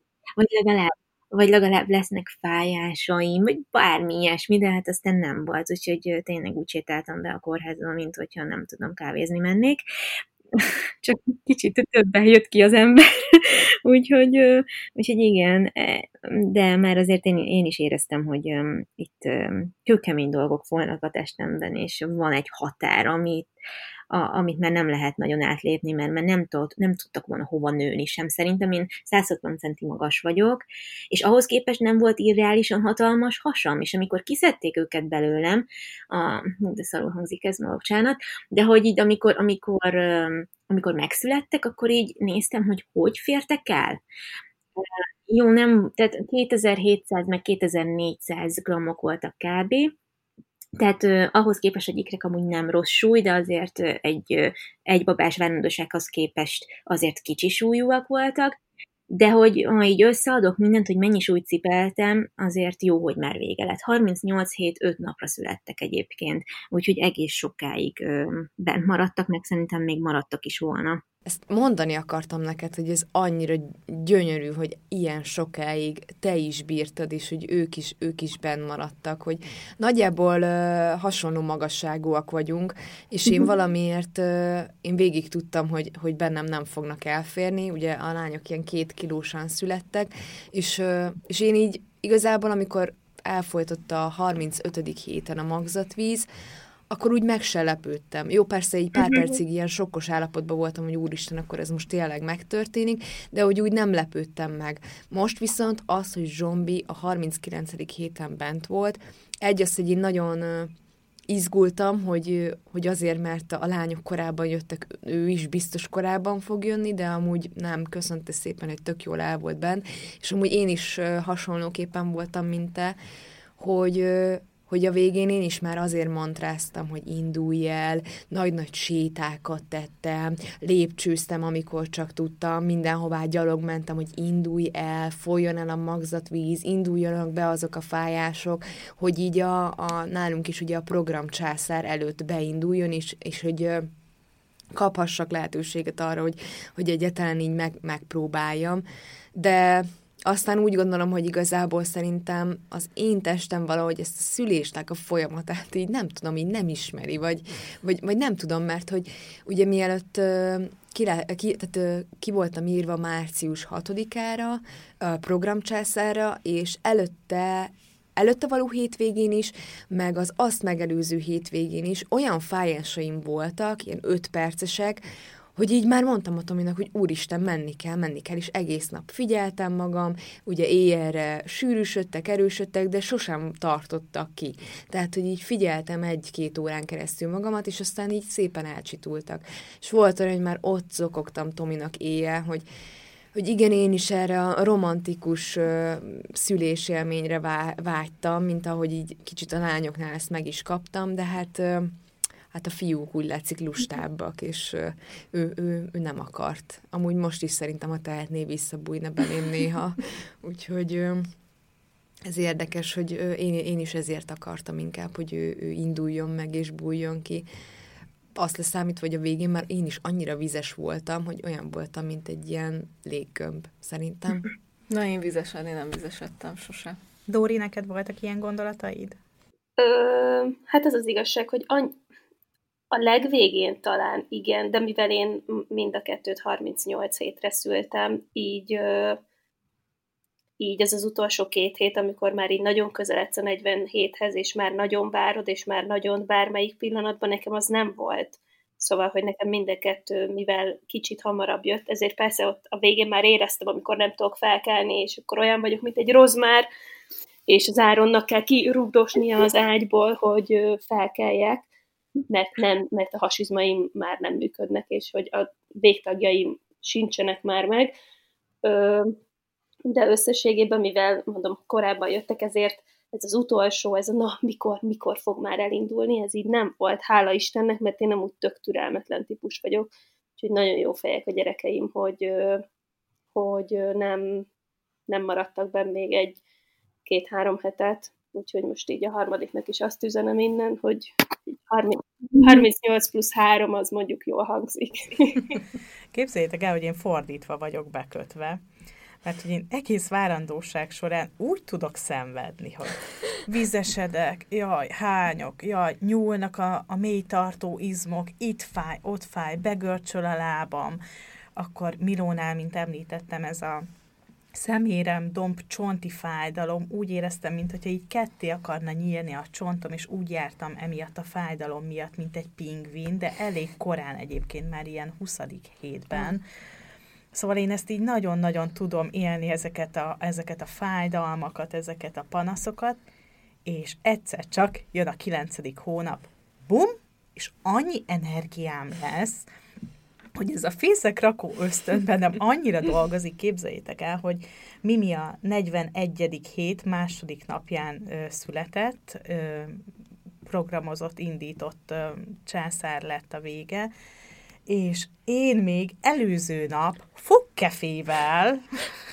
S5: vagy legalább lesznek fájásaim, vagy bármi ilyesmi, de hát aztán nem volt, úgyhogy tényleg úgy sétáltam be a kórházba, mint hogyha nem tudom, kávézni mennék. Csak kicsit többen jött ki az ember. úgyhogy igen, de már azért én is éreztem, hogy itt kőkemény dolgok folynak a testemben, és van egy határ, amit már nem lehet nagyon átlépni, mert nem tudtak volna hova nőni sem. Szerintem én 160 centi magas vagyok, és ahhoz képest nem volt irreálisan hatalmas hasam, és amikor kiszedték őket belőlem, de szarul hangzik ez, bocsánat, de hogy így amikor megszülettek, akkor így néztem, hogy fértek el. Jó, nem, tehát 2700 meg 2400 grammok voltak kb., tehát ahhoz képest, hogy ikrek amúgy nem rossz súly, de azért egy babás várandósághoz képest azért kicsi súlyúak voltak, de hogy ha így összeadok mindent, hogy mennyi súlyt cipeltem, azért jó, hogy már vége lett. 38 hét, 5 napra születtek egyébként, úgyhogy egész sokáig bent maradtak, meg szerintem még maradtak is volna.
S4: Ezt mondani akartam neked, hogy ez annyira gyönyörű, hogy ilyen sokáig te is bírtad, és hogy ők is benn maradtak, hogy nagyjából hasonló magasságúak vagyunk, és én valamiért én végig tudtam, hogy bennem nem fognak elférni, ugye a lányok ilyen 2 kilósan születtek, és én így igazából, amikor elfolytott a 35. héten a magzatvíz, akkor úgy meg se lepődtem. Jó, persze így pár percig ilyen sokkos állapotban voltam, hogy úristen, akkor ez most tényleg megtörténik, de hogy úgy nem lepődtem meg. Most viszont az, hogy Zsombi a 39. héten bent volt, az, hogy én nagyon izgultam, hogy azért, mert a lányok korábban jöttek, ő is biztos korábban fog jönni, de amúgy nem, köszönte szépen, hogy tök jól el volt bent, és amúgy én is hasonlóképpen voltam, mint te, hogy a végén én is már azért mantráztam, hogy indulj el, nagy-nagy sétákat tettem, lépcsőztem, amikor csak tudtam, mindenhová gyalog mentem, hogy indulj el, folyjon el a magzatvíz, induljanak be azok a fájások, hogy így nálunk is ugye a programcsászár előtt beinduljon, és hogy kaphassak lehetőséget arra, hogy egyáltalán így megpróbáljam, de aztán úgy gondolom, hogy igazából szerintem az én testem valahogy ezt a szülésnek a folyamatát így nem tudom, így nem ismeri, vagy nem tudom, mert hogy ugye mielőtt ki voltam írva március 6-ára programcsászárra, és előtte való hétvégén is, meg az azt megelőző hétvégén is olyan fájásaim voltak, ilyen 5 percesek, hogy így már mondtam a Tominak, hogy úristen, menni kell, és egész nap figyeltem magam, ugye éjjelre sűrűsödtek, erősödtek, de sosem tartottak ki. Tehát, hogy így figyeltem 1-2 órán keresztül magamat, és aztán így szépen elcsitultak. És volt olyan, hogy már ott zokogtam Tominak éjjel, hogy igen, én is erre a romantikus szülésélményre vágytam, mint ahogy így kicsit a lányoknál ezt meg is kaptam, de hát a fiúk úgy látszik lustábbak, és ő nem akart. Amúgy most is szerintem, ha tehetné, visszabújna belém néha. Úgyhogy ez érdekes, hogy én is ezért akartam inkább, hogy ő induljon meg, és bújjon ki. Azt leszámítva, hogy a végén már én is annyira vizes voltam, hogy olyan voltam, mint egy ilyen léggömb, szerintem.
S1: Na, én nem vizesedtem sose.
S2: Dóri, neked voltak ilyen gondolataid?
S3: Hát ez az igazság, hogy a legvégén talán igen, de mivel én mind a kettőt 38 hétre szültem, így ez az utolsó 2 hét, amikor már így nagyon közeledsz a 47-hez, és már nagyon várod, és már nagyon bármelyik pillanatban, nekem az nem volt Szóval, hogy nekem mind a kettő, mivel kicsit hamarabb jött, ezért persze ott a végén már éreztem, amikor nem tudok felkelni, és akkor olyan vagyok, mint egy rozmár, és az Áronnak kell kirugdosnia az ágyból, hogy felkeljek, mert a hasizmaim már nem működnek, és hogy a végtagjaim sincsenek már meg. De összességében, mivel mondom, korábban jöttek, ezért ez az utolsó, ez a mikor fog már elindulni, ez így nem volt, hála Istennek, mert én nem úgy tök türelmetlen típus vagyok, úgyhogy nagyon jó fejek a gyerekeim, hogy nem maradtak benn még 2-3 hetet, úgyhogy most így a harmadiknak is azt üzenem innen, hogy 38 plusz 3 az mondjuk jól hangzik.
S2: Képzeljétek el, hogy én fordítva vagyok bekötve, mert hogy én egész várandóság során úgy tudok szenvedni, hogy vizesedek, jaj, hányok, jaj, nyúlnak a mélytartó izmok, itt fáj, ott fáj, begörcsöl a lábam. Akkor Milónál, mint említettem, ez a szemérem, domb, csonti fájdalom, úgy éreztem, mintha így ketté akarna nyílni a csontom, és úgy jártam emiatt a fájdalom miatt, mint egy pingvin, de elég korán egyébként már ilyen 20. hétben. Szóval én ezt így nagyon-nagyon tudom élni, ezeket a fájdalmakat, ezeket a panaszokat, és egyszer csak jön a 9. hónap, bum, és annyi energiám lesz, hogy ez a fészekrakó ösztön bennem annyira dolgozik, képzeljétek el, hogy Mimi a 41. hét második napján született, programozott, indított császár lett a vége, és én még előző nap fogkefével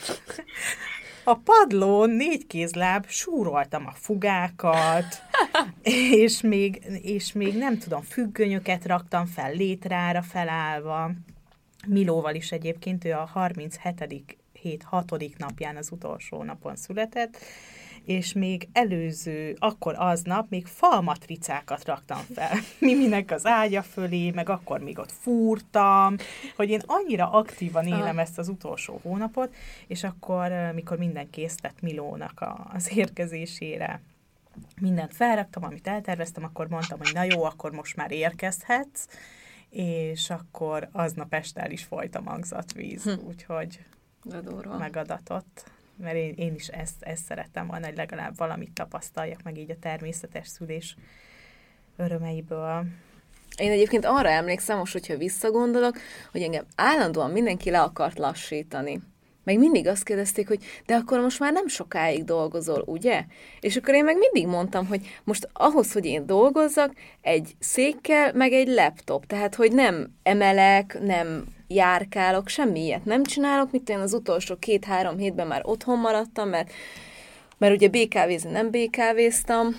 S2: a padlón 4 kézláb súroltam a fugákat, és még nem tudom, függönyöket raktam fel létrára felállva. Milóval is egyébként, ő a 37. hét 6. napján, az utolsó napon született, és még akkor aznap még falmatricákat raktam fel Miminek az ágya fölé, meg akkor még ott fúrtam, hogy én annyira aktívan élem ezt az utolsó hónapot, és akkor, mikor minden kész lett Milónak az érkezésére, mindent felraktam, amit elterveztem, akkor mondtam, hogy na jó, akkor most már érkezhetsz, és akkor aznap este el is folyt a magzatvíz, úgyhogy megadatott. Mert én is ezt szerettem volna, hogy legalább valamit tapasztaljak meg így a természetes szülés örömeiből.
S1: Én egyébként arra emlékszem, most, hogyha visszagondolok, hogy engem állandóan mindenki le akart lassítani. Meg mindig azt kérdezték, hogy de akkor most már nem sokáig dolgozol, ugye? És akkor én meg mindig mondtam, hogy most ahhoz, hogy én dolgozzak, egy székkel, meg egy laptop. Tehát, hogy nem emelek, nem járkálok, semmi ilyet nem csinálok, mint én az utolsó 2-3 hétben már otthon maradtam, mert ugye BKV-zni nem BKV-ztam,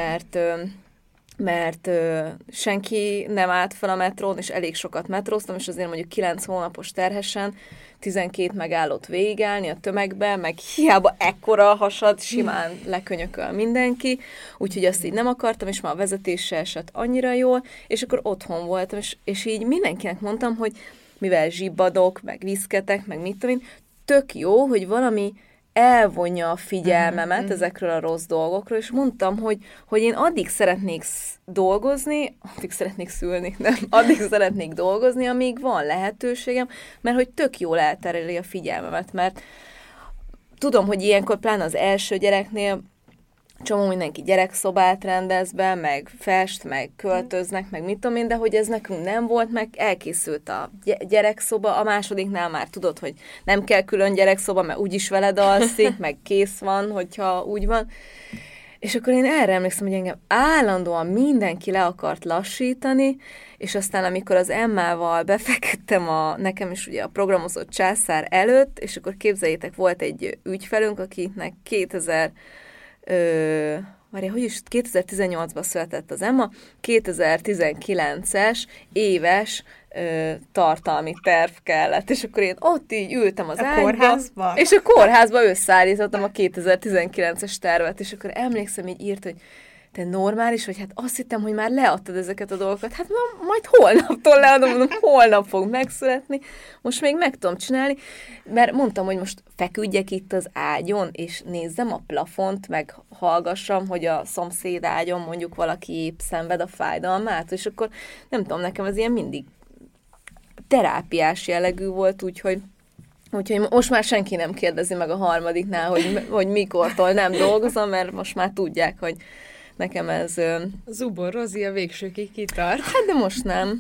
S1: mert senki nem állt fel a metrón, és elég sokat metróztam, és azért mondjuk 9 hónapos terhesen 12 megállót végigállni a tömegbe, meg hiába ekkora a hasad, simán lekönyököl mindenki, úgyhogy azt így nem akartam, és már a vezetése esett annyira jól, és akkor otthon voltam, és így mindenkinek mondtam, hogy mivel zsibbadok, meg viszketek, meg mit tudom én, tök jó, hogy valami elvonja a figyelmemet ezekről a rossz dolgokról, és mondtam, hogy én addig szeretnék dolgozni, addig szeretnék szülni, nem, addig szeretnék dolgozni, amíg van lehetőségem, mert hogy tök jól eltereli a figyelmemet, mert tudom, hogy ilyenkor pláne az első gyereknél csomó mindenki gyerekszobát rendez be, meg fest, meg költöznek, meg mit tudom én, de hogy ez nekünk nem volt, meg elkészült a gyerekszoba, a másodiknál már tudod, hogy nem kell külön gyerekszoba, mert úgyis veled alszik, meg kész van, hogyha úgy van. És akkor én erre emlékszem, hogy engem állandóan mindenki le akart lassítani, és aztán amikor az Emmával befeküdtem nekem is ugye a programozott császár előtt, és akkor képzeljétek, volt egy ügyfelünk, akinek 2018-ban született az Emma, 2019-es éves tartalmi terv kellett, és akkor én ott így ültem az ágyba, és a kórházba összeállítottam a 2019-es tervet, és akkor emlékszem, így írt, hogy te normális vagy? Hát azt hittem, hogy már leadtad ezeket a dolgokat. Hát majd holnaptól leadom, mondom, holnap fog megszületni. Most még meg tudom csinálni, mert mondtam, hogy most feküdjek itt az ágyon, és nézzem a plafont, meg hallgassam, hogy a szomszéd ágyon mondjuk valaki épp szenved a fájdalmát, és akkor nem tudom, nekem ez ilyen mindig terápiás jellegű volt, úgyhogy most már senki nem kérdezi meg a harmadiknál, hogy mikortól nem dolgozom, mert most már tudják, hogy nekem ez...
S4: Zubor Rozi a végsőkig kitart.
S1: Hát de most nem.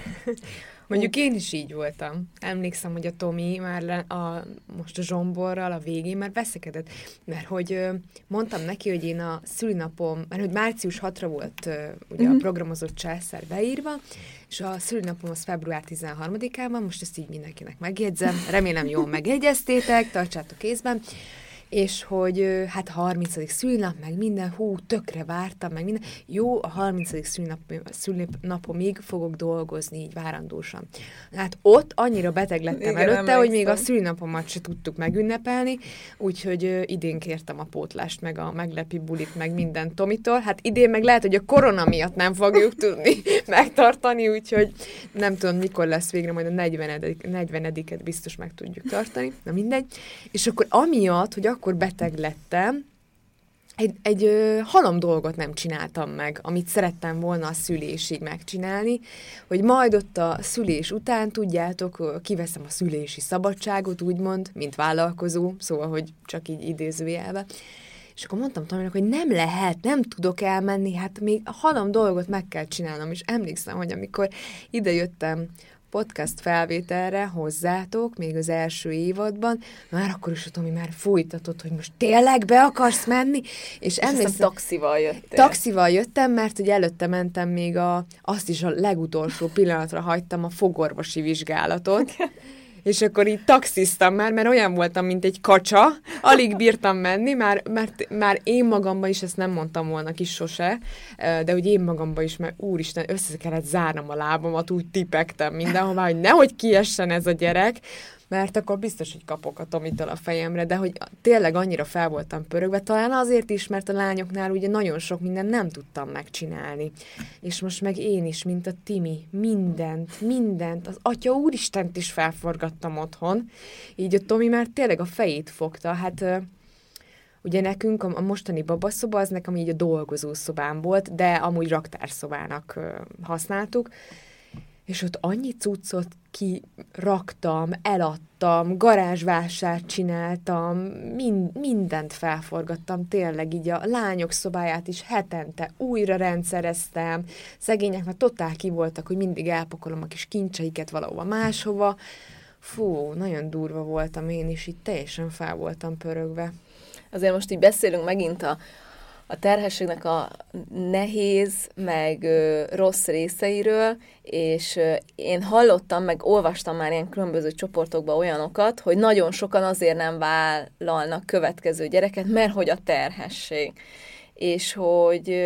S4: Mondjuk én is így voltam. Emlékszem, hogy a Tomi már most a Zsomborral a végén már veszekedett, mert hogy mondtam neki, hogy én a szülinapom, mert hogy március 6-ra volt ugye a programozott császár beírva, és a szülinapom az február 13-án van, most ezt így mindenkinek megjegyzem, remélem jól megjegyeztétek, tartsátok észben, és hogy hát 30. szülinap, meg minden, tökre vártam, meg minden. Jó, a 30. szülinapomig fogok dolgozni, így várandósan. Hát ott annyira beteg lettem előtte, hogy még a szülinapomat se tudtuk megünnepelni, úgyhogy idén kértem a pótlást, meg a meglepi bulit, meg minden Tomitól. Hát idén meg lehet, hogy a korona miatt nem fogjuk tudni megtartani, úgyhogy nem tudom, mikor lesz végre, majd a 40-et biztos meg tudjuk tartani. Na mindegy. És akkor amiatt, hogy akkor beteg lettem, egy halom dolgot nem csináltam meg, amit szerettem volna a szülésig megcsinálni, hogy majd ott a szülés után, tudjátok, kiveszem a szülési szabadságot, úgymond, mint vállalkozó, szóval, hogy csak így idézőjelbe. És akkor mondtam Tominak, hogy nem lehet, nem tudok elmenni, hát még a halom dolgot meg kell csinálnom, és emlékszem, hogy amikor idejöttem podcast felvételre hozzátok, még az első évadban, már akkor is a Tomi már fújtatott, hogy most tényleg be akarsz menni, és emlékszem...
S1: taxival jöttél.
S4: Taxival jöttem, mert ugye előtte mentem még azt is a legutolsó pillanatra hagytam a fogorvosi vizsgálatot, és akkor így taxiztam már, mert olyan voltam, mint egy kacsa, alig bírtam menni, már én magamban is, ezt nem mondtam volna ki sose, de hogy én magamban is, mert úristen, össze kellett zárnom a lábamat, úgy tipegtem mindenhová, hogy nehogy kiessen ez a gyerek, mert akkor biztos, hogy kapok a Tomitől a fejemre, de hogy tényleg annyira fel voltam pörögve, talán azért is, mert a lányoknál ugye nagyon sok mindent nem tudtam megcsinálni. És most meg én is, mint a Timi, mindent, az Atya Úristent is felforgattam otthon, így a Tomi már tényleg a fejét fogta, hát... Ugye nekünk a mostani babaszoba az nekem így a dolgozószobám volt, de amúgy raktárszobának használtuk, és ott annyi cuccot kiraktam, eladtam, garázsvásárt csináltam, mindent felforgattam, tényleg így a lányok szobáját is hetente újra rendszereztem, szegények már totál ki voltak, hogy mindig elpakolom a kis kincseiket valahova máshova. Fú, nagyon durva voltam én is, így teljesen fel voltam pörögve.
S1: Azért most így beszélünk megint a terhességnek a nehéz, meg rossz részeiről, és én hallottam, meg olvastam már ilyen különböző csoportokban olyanokat, hogy nagyon sokan azért nem vállalnak következő gyereket, mert hogy a terhesség. És hogy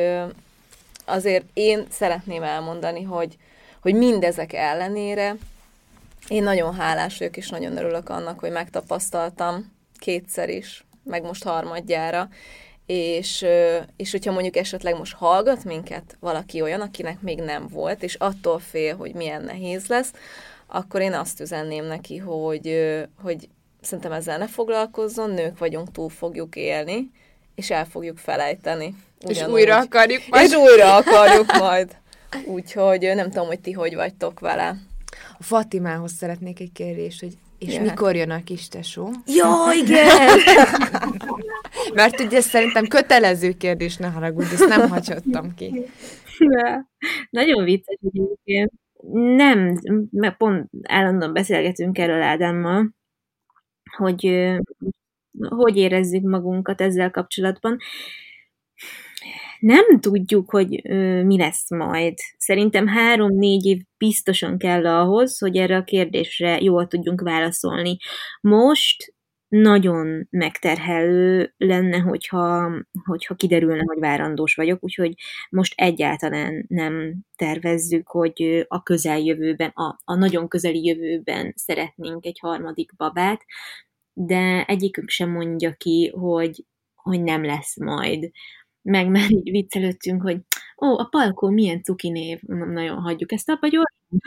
S1: azért én szeretném elmondani, hogy mindezek ellenére én nagyon hálás vagyok, és nagyon örülök annak, hogy megtapasztaltam kétszer is, meg most harmadjára, és hogyha mondjuk esetleg most hallgat minket valaki olyan, akinek még nem volt, és attól fél, hogy milyen nehéz lesz, akkor én azt üzenném neki, hogy szerintem ezzel ne foglalkozzon, nők vagyunk, túl fogjuk élni, és el fogjuk felejteni.
S4: És újra akarjuk majd.
S1: És újra akarjuk majd. Úgyhogy nem tudom, hogy ti hogy vagytok vele.
S4: A Fatimához szeretnék egy kérdést, hogy és mikor jön a kis tesó?
S1: Ja, igen!
S4: Mert ugye szerintem kötelező kérdés, ne haragudj, ezt nem hagyhattam ki.
S5: Nagyon vicces egyébként. Nem, mert pont állandóan beszélgetünk erről Ádámmal, hogy érezzük magunkat ezzel kapcsolatban. Nem tudjuk, hogy mi lesz majd. Szerintem 3-4 év biztosan kell ahhoz, hogy erre a kérdésre jól tudjunk válaszolni. Most nagyon megterhelő lenne, hogyha kiderülne, hogy várandós vagyok, úgyhogy most egyáltalán nem tervezzük, hogy a közeljövőben, a nagyon közeli jövőben szeretnénk egy harmadik babát, de egyikünk sem mondja ki, hogy nem lesz majd. meg már így viccelődtünk, hogy a Palkó milyen cuki név, mondom, nagyon hagyjuk ezt abba gyorsan.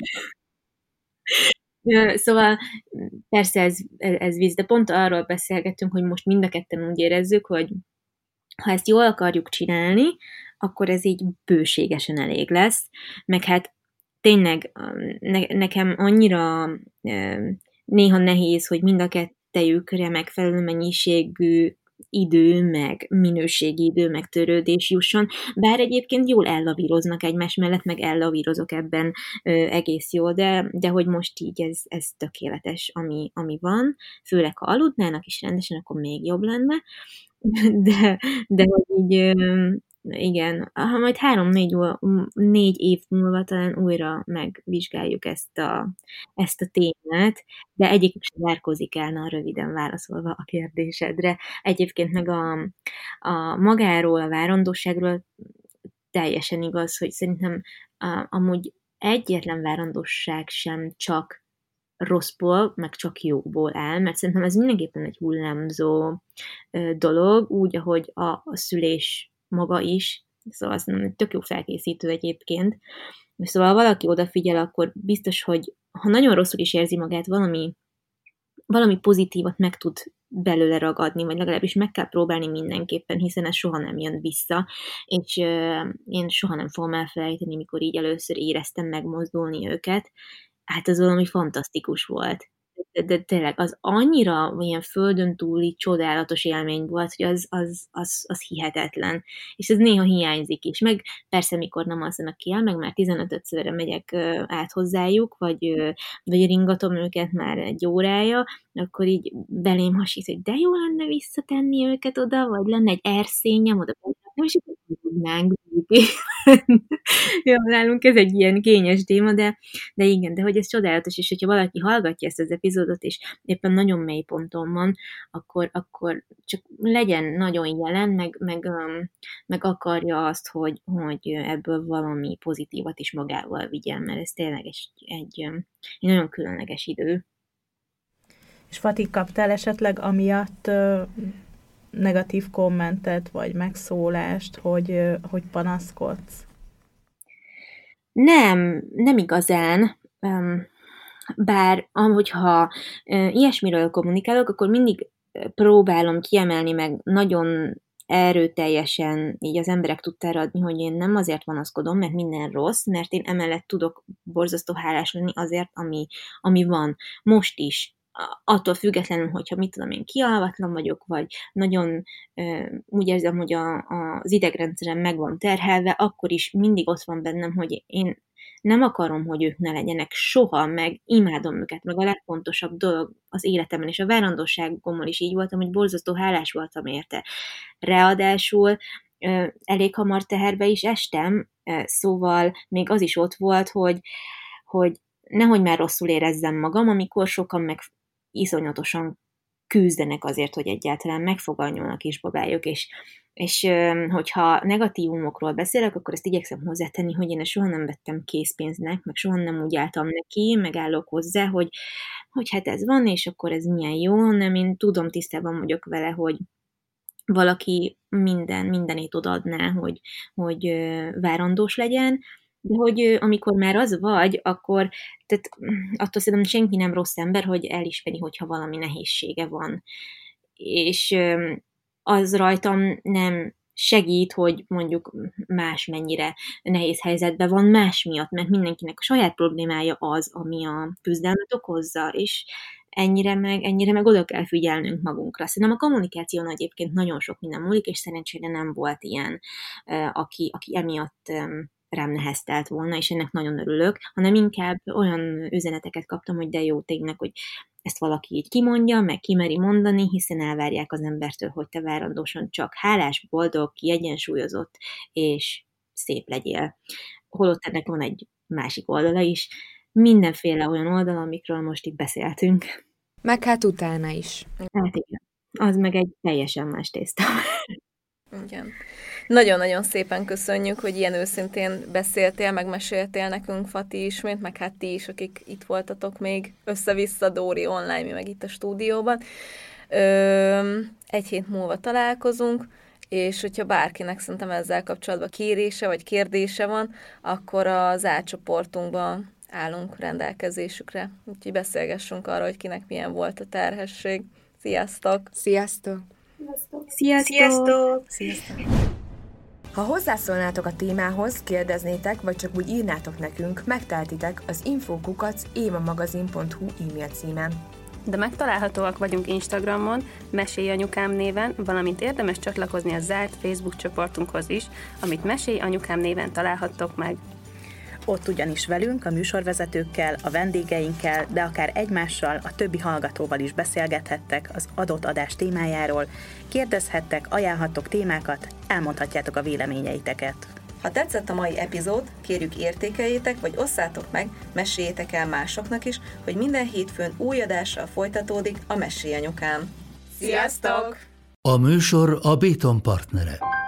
S5: Szóval persze ez vicc, de pont arról beszélgettünk, hogy most mind a ketten úgy érezzük, hogy ha ezt jól akarjuk csinálni, akkor ez így bőségesen elég lesz, meg hát tényleg nekem annyira néha nehéz, hogy mind a kettejükre megfelelő mennyiségű idő, meg minőségi idő, meg törődés jusson, bár egyébként jól ellavíroznak egymás mellett, meg ellavírozok ebben egész jól, de hogy most így ez tökéletes, ami van, főleg ha aludnának is rendesen, akkor még jobb lenne, de hogy így igen, ha majd 3-4 év múlva talán újra megvizsgáljuk ezt a témát, de egyikük sem zárkózik el, röviden válaszolva a kérdésedre. Egyébként meg a magáról, a várandóságról teljesen igaz, hogy szerintem amúgy egyetlen várandóság sem csak rosszból, meg csak jóból áll, mert szerintem ez mindenképpen egy hullámzó dolog, úgy, ahogy a szülés maga is, szóval azt mondom, hogy tök jó felkészítő egyébként. Szóval ha valaki odafigyel, akkor biztos, hogy ha nagyon rosszul is érzi magát, valami pozitívat meg tud belőle ragadni, vagy legalábbis meg kell próbálni mindenképpen, hiszen ez soha nem jön vissza, és én soha nem fogom elfelejteni, mikor így először éreztem megmozdulni őket. Hát ez valami fantasztikus volt. De tényleg az annyira ilyen földön túli csodálatos élmény volt, hogy az hihetetlen. És ez néha hiányzik is. Meg persze, mikor nem alszanak ki el, meg már 15-szörre megyek át hozzájuk, vagy ringatom őket már egy órája, akkor így belém hasít, hogy de jó lenne visszatenni őket oda, vagy lenne egy erszényem oda, és akkor tudnánk. Ja, nálunk ez egy ilyen kényes téma, de igen, de hogy ez csodálatos, és hogyha valaki hallgatja ezt az epizódot, és éppen nagyon mély ponton van, akkor csak legyen nagyon jelen, meg akarja azt, hogy ebből valami pozitívat is magával vigyen, mert ez tényleg egy nagyon különleges idő.
S2: És Fati, kaptál esetleg amiatt negatív kommentet, vagy megszólást, hogy panaszkodsz?
S5: Nem igazán, bár ahogyha ilyesmiről kommunikálok, akkor mindig próbálom kiemelni, meg nagyon erőteljesen így az emberek tudtára adni, hogy én nem azért panaszkodom, mert minden rossz, mert én emellett tudok borzasztó hálás lenni azért, ami van. Most is. Attól függetlenül, hogyha mit tudom én, kialvatlan vagyok, vagy nagyon úgy érzem, hogy az idegrendszerem meg van terhelve, akkor is mindig ott van bennem, hogy én nem akarom, hogy ők ne legyenek soha, meg imádom őket, meg a legfontosabb dolog az életemben, és a várandóságommal is így voltam, hogy borzasztó hálás voltam érte. Ráadásul elég hamar teherbe is estem, szóval még az is ott volt, hogy nehogy már rosszul érezzem magam, amikor sokan meg iszonyatosan küzdenek azért, hogy egyáltalán megfoganjon a kisbabályok, és hogyha negatívumokról beszélek, akkor ezt igyekszem hozzátenni, hogy én soha nem vettem készpénznek, meg soha nem úgy álltam neki, megállok hozzá, hogy hát ez van, és akkor ez milyen jó, hanem én tudom, tisztában vagyok vele, hogy valaki mindenét odaadná, hogy várandós legyen, de hogy amikor már az vagy, akkor tehát attól szerintem senki nem rossz ember, hogy elismeri, hogyha valami nehézsége van. És az rajtam nem segít, hogy mondjuk más mennyire nehéz helyzetben van más miatt, mert mindenkinek a saját problémája az, ami a küzdelmet okozza, és ennyire meg oda kell figyelnünk magunkra. Szerintem a kommunikáción egyébként nagyon sok minden múlik, és szerencsére nem volt ilyen, aki emiatt rám neheztelt volna, és ennek nagyon örülök, hanem inkább olyan üzeneteket kaptam, hogy de jó tényleg, hogy ezt valaki így kimondja, meg kimeri mondani, hiszen elvárják az embertől, hogy te várandósan csak hálás, boldog, kiegyensúlyozott, és szép legyél. Holott ennek van egy másik oldala is, mindenféle olyan oldala, amikről most itt beszéltünk.
S4: Meg hát utána is.
S5: Hát igen, az meg egy teljesen más tészta.
S1: Igen. Nagyon-nagyon szépen köszönjük, hogy ilyen őszintén beszéltél, megmeséltél nekünk, Fati, ismét, meg hát ti is, akik itt voltatok még össze-vissza, Dóri online, mi meg itt a stúdióban. Egy hét múlva találkozunk. és hogyha bárkinek szerintem ezzel kapcsolatban kérése vagy kérdése van, akkor az átcsoportunkban állunk rendelkezésükre. Úgyhogy beszélgessünk arról, hogy kinek milyen volt a terhesség. Sziasztok!
S4: Sziasztok!
S5: Sziasztok!
S2: Sziasztok!
S4: Ha hozzászólnátok a témához, kérdeznétek, vagy csak úgy írnátok nekünk, megteltitek az info@évamagazin.hu e-mail címen.
S3: De megtalálhatóak vagyunk Instagramon, Mesélj Anyukám néven, valamint érdemes csatlakozni a zárt Facebook csoportunkhoz is, amit Mesélj Anyukám néven találhattok meg.
S2: Ott ugyanis velünk, a műsorvezetőkkel, a vendégeinkkel, de akár egymással, a többi hallgatóval is beszélgethettek az adott adás témájáról, kérdezhettek, ajánlhattok témákat, elmondhatjátok a véleményeiteket.
S1: Ha tetszett a mai epizód, kérjük értékeljétek, vagy osszátok meg, meséljétek el másoknak is, hogy minden hétfőn új adással folytatódik a Mesélj Anyukám. Sziasztok!
S6: A műsor a Béton partnere.